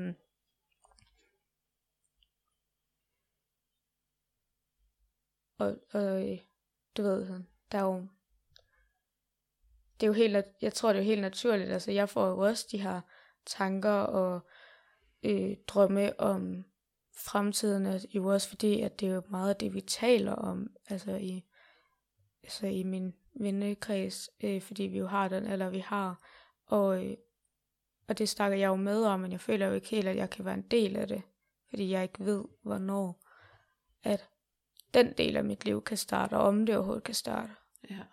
Og du ved sådan, der er jo, det er jo helt, jeg tror det er jo helt naturligt, altså jeg får jo også de her tanker og drømme om fremtiden, er jo også fordi, at det er jo meget af det, vi taler om, altså i min vennekreds, fordi vi jo har den, eller vi har, og det snakker jeg jo med om, men jeg føler jo ikke helt, at jeg kan være en del af det, fordi jeg ikke ved, hvornår, at den del af mit liv kan starte, og om det overhovedet kan starte. Ja.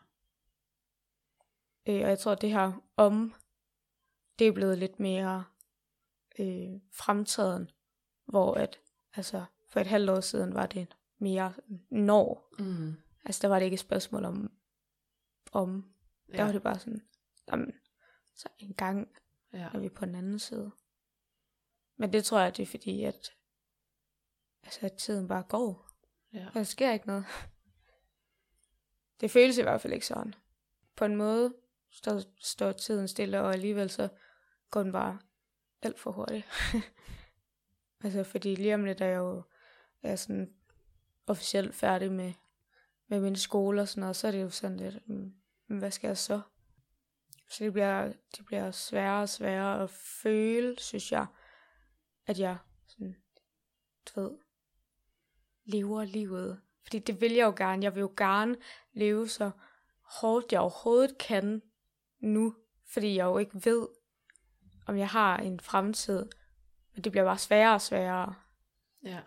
Og jeg tror, at det her det er blevet lidt mere fremtiden, hvor at, altså for et halvt år siden var det mere når. Altså der var det ikke et spørgsmål om. Der var det bare sådan, så en gang er vi på den anden side. Men det tror jeg, det er fordi, at tiden bare går. Ja. Og der sker ikke noget. Det føles i hvert fald ikke sådan. På en måde står tiden stille, og alligevel så går den bare alt for hurtigt. Altså fordi lige om lidt er jeg jo sådan officielt færdig med min skole og sådan noget, så er det jo sådan lidt, hvad skal jeg så? Så det bliver sværere og sværere at føle, synes jeg, at jeg sådan, du ved, lever livet. Fordi det vil jeg jo gerne. Jeg vil jo gerne leve så hårdt, jeg overhovedet kan nu. Fordi jeg jo ikke ved, om jeg har en fremtid. Men det bliver bare sværere og sværere. Ja.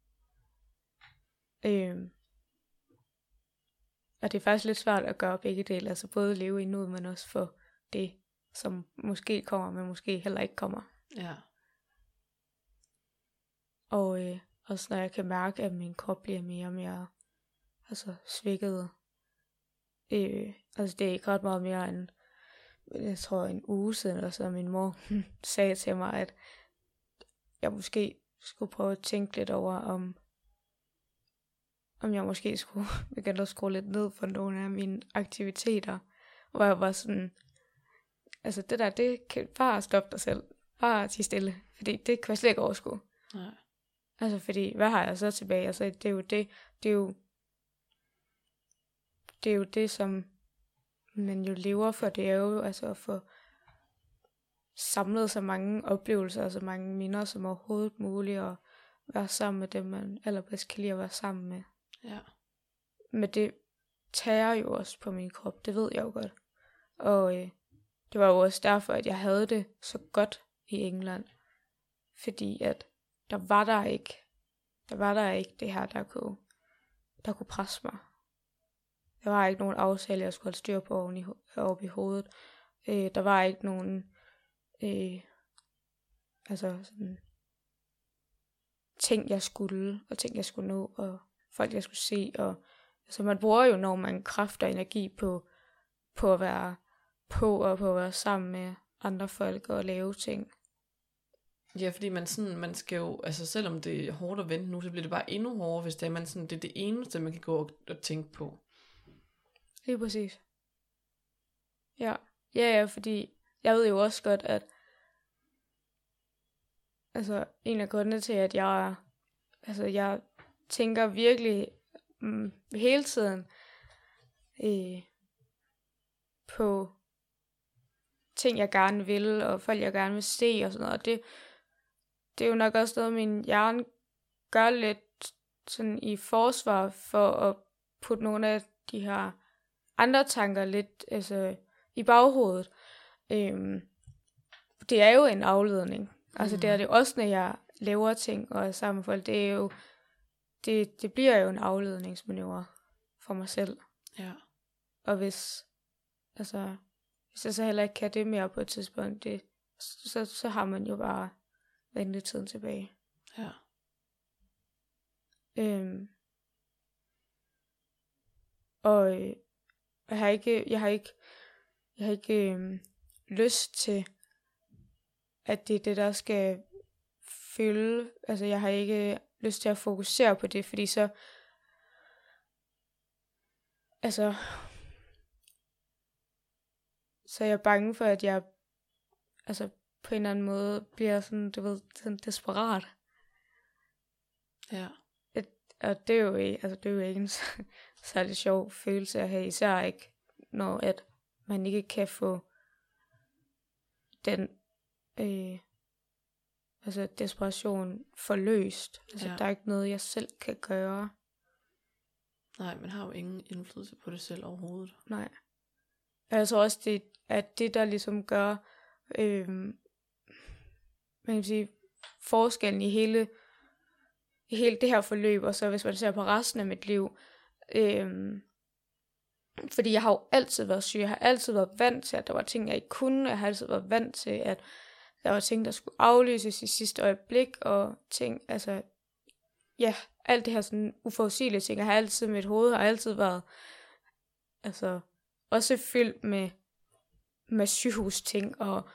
Og det er faktisk lidt svært at gøre begge dele. Altså både leve i nuet, men også for det, som måske kommer, men måske heller ikke kommer. Ja. Og også når jeg kan mærke, at min krop bliver mere og mere svækket. Altså det er ikke ret meget mere end, jeg tror en uge siden, eller så min mor sagde til mig, at jeg måske skulle prøve at tænke lidt over, om jeg måske skulle begynde at skrue lidt ned for nogle af mine aktiviteter. Hvor jeg var sådan, altså det kan bare stoppe dig selv. Bare tige stille. Fordi det kan jeg slet ikke overskue. Nej. Altså fordi, hvad har jeg så tilbage? Altså det er jo det, som man jo lever for. Det er jo altså at få samlet så mange oplevelser og så mange minder som overhovedet muligt, og være sammen med dem, man allerbedst kan lide at være sammen med. Ja. Men det tager jo også på min krop, det ved jeg jo godt. Og det var jo også derfor, at jeg havde det så godt i England. Fordi at der var der ikke det her, der kunne presse mig. Der var ikke nogen aftale, jeg skulle holde styr på oppe i hovedet. Der var ikke nogen sådan ting, jeg skulle, og ting, jeg skulle nå, og folk, jeg skulle se. Og altså, man bruger jo enormt mange kraft og energi på at være på, og på at være sammen med andre folk og lave ting. Ja, fordi man skal jo, altså selvom det er hårdt at vente nu, så bliver det bare endnu hårdere, hvis det er, det er det eneste, man kan gå og tænke på. Lige præcis. Ja, fordi jeg ved jo også godt, at altså en af grundene til, at jeg tænker virkelig hele tiden på ting, jeg gerne vil, og folk, jeg gerne vil se, og sådan noget. Det er jo nok også noget, min hjerne gør lidt sådan i forsvar for at putte nogle af de her andre tanker lidt i baghovedet. Det er jo en afledning. Altså det er det også, når jeg laver ting og er sammen med folk. Det er jo det bliver jo en afledningsmanøvre for mig selv. Ja. Og hvis jeg så heller ikke kan det mere på et tidspunkt, så har man jo bare ventetiden tilbage. Ja. Og jeg har ikke lyst til, at det er det, der skal fylde. Altså jeg har ikke lyst til at fokusere på det, fordi så er jeg bange for, at jeg på en eller anden måde bliver sådan, du ved, sådan desperat. Ja. Og det er jo ikke en særlig sjov følelse at have, især ikke, når at man ikke kan få den desperation forløst. Altså der er ikke noget, jeg selv kan gøre. Nej, man har jo ingen indflydelse på det selv overhovedet. Nej. Jeg tror også, det der ligesom gør, man kan sige, forskellen i hele det her forløb, og så hvis man ser på resten af mit liv, fordi jeg har jo altid været syg, jeg har altid været vant til, at der var ting, jeg ikke kunne, jeg har altid været vant til, at der var ting, der skulle aflyses i sidste øjeblik, og ting, alt det her sådan uforudsigelige ting, jeg har altid, mit hoved har altid været, også fyldt med sygehusting, og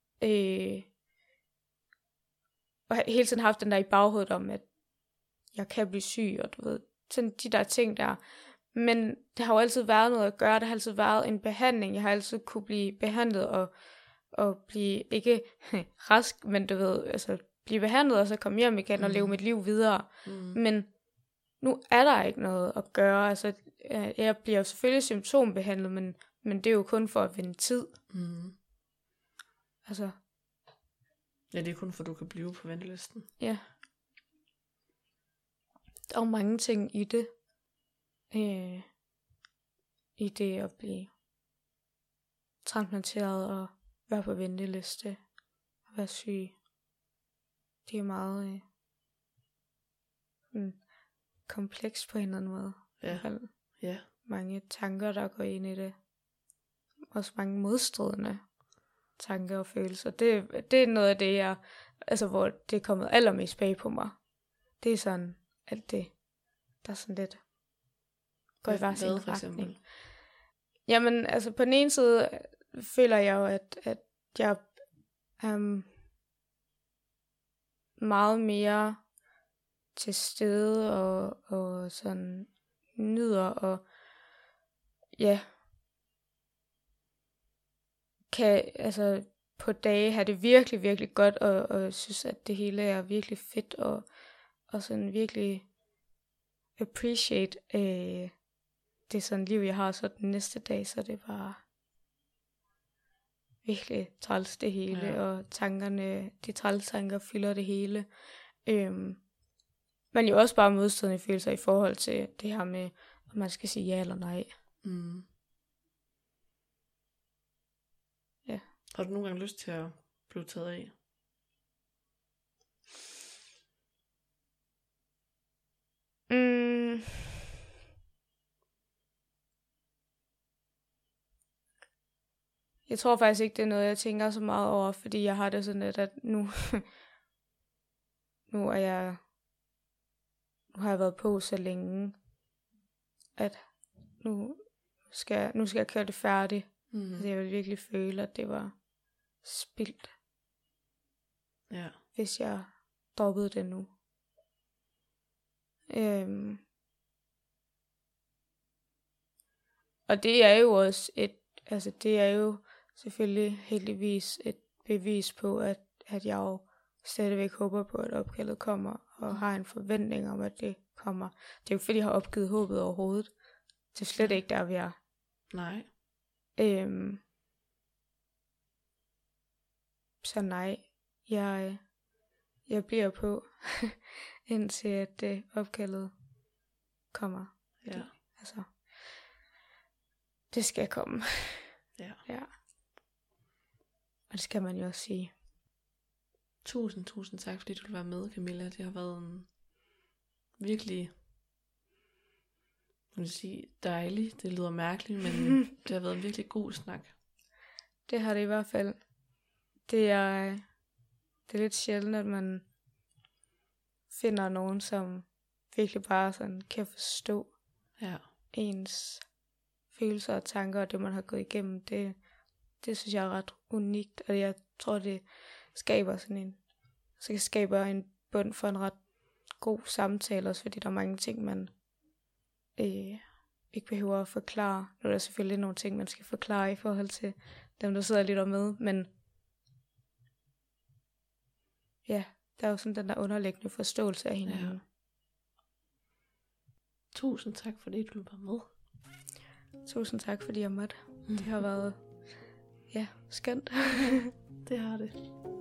hele tiden haft den der i baghovedet om, at jeg kan blive syg, og du ved, sådan de der ting der. Men det har jo altid været noget at gøre, det har altid været en behandling, jeg har altid kunne blive behandlet, og blive, ikke rask, men du ved, blive behandlet, og så komme hjem igen, og leve mit liv videre. Men nu er der ikke noget at gøre, jeg bliver jo selvfølgelig symptombehandlet, men det er jo kun for at vinde tid. Ja, det er kun for, at du kan blive på ventelisten. Ja. Der er jo mange ting i det. I det at blive transplanteret og være på venteliste og være syg. Det er meget komplekst på en eller anden måde. Ja. Ja. Mange tanker, der går ind i det. Også mange modstridende tanker og følelser. Det er noget af det, hvor det er kommet allermest bag på mig. Det er sådan, alt det, der er sådan lidt går i hver sin retning. Jamen, på den ene side føler jeg jo, at jeg er meget mere til stede og sådan nyder og kan på dage have det virkelig, virkelig godt og synes, at det hele er virkelig fedt og sådan virkelig appreciate det sådan liv, jeg har, så den næste dag, så det bare virkelig træls det hele, og tankerne, de træls tanker fylder det hele. Men jo også bare modstridende følelser i forhold til det her med og man skal sige ja eller nej. Mm. Ja. Har du nogle gange lyst til at blive taget af? Jeg tror faktisk ikke, det er noget, jeg tænker så meget over, fordi jeg har det sådan lidt, at nu har jeg været på så længe, at nu skal jeg køre det færdigt. Altså, jeg vil virkelig føle, at det var spildt, hvis jeg droppede det nu. Og det er jo også det er jo selvfølgelig heldigvis et bevis på, at jeg jo stadigvæk håber på, at opkaldet kommer, og har en forventning om, at det kommer. Det er jo fordi, jeg har opgivet håbet overhovedet. Det er slet ikke der, vi er. Nej. Så nej, jeg bliver på, indtil at det opkaldet kommer. Ja. Altså, det skal komme. Ja. Og det skal man jo også sige. Tusind tak, fordi du vil være med, Camilla. Det har været en virkelig, jeg vil sige, dejlig. Det lyder mærkeligt, men det har været en virkelig god snak. Det har det i hvert fald. Det er lidt sjældent, at man finder nogen, som virkelig bare sådan kan forstå ens følelser og tanker, og det man har gået igennem. Det synes jeg er ret unikt, og jeg tror, det skaber en bund for en ret god samtale, også fordi der er mange ting, man ikke behøver at forklare. Nu er der selvfølgelig nogle ting, man skal forklare i forhold til dem, der sidder lidt med, men ja, der er jo sådan den der underliggende forståelse af hinanden. Ja. Tusind tak, fordi du var med. Tusind tak, fordi jeg måtte. Det har været skønt. Det har det.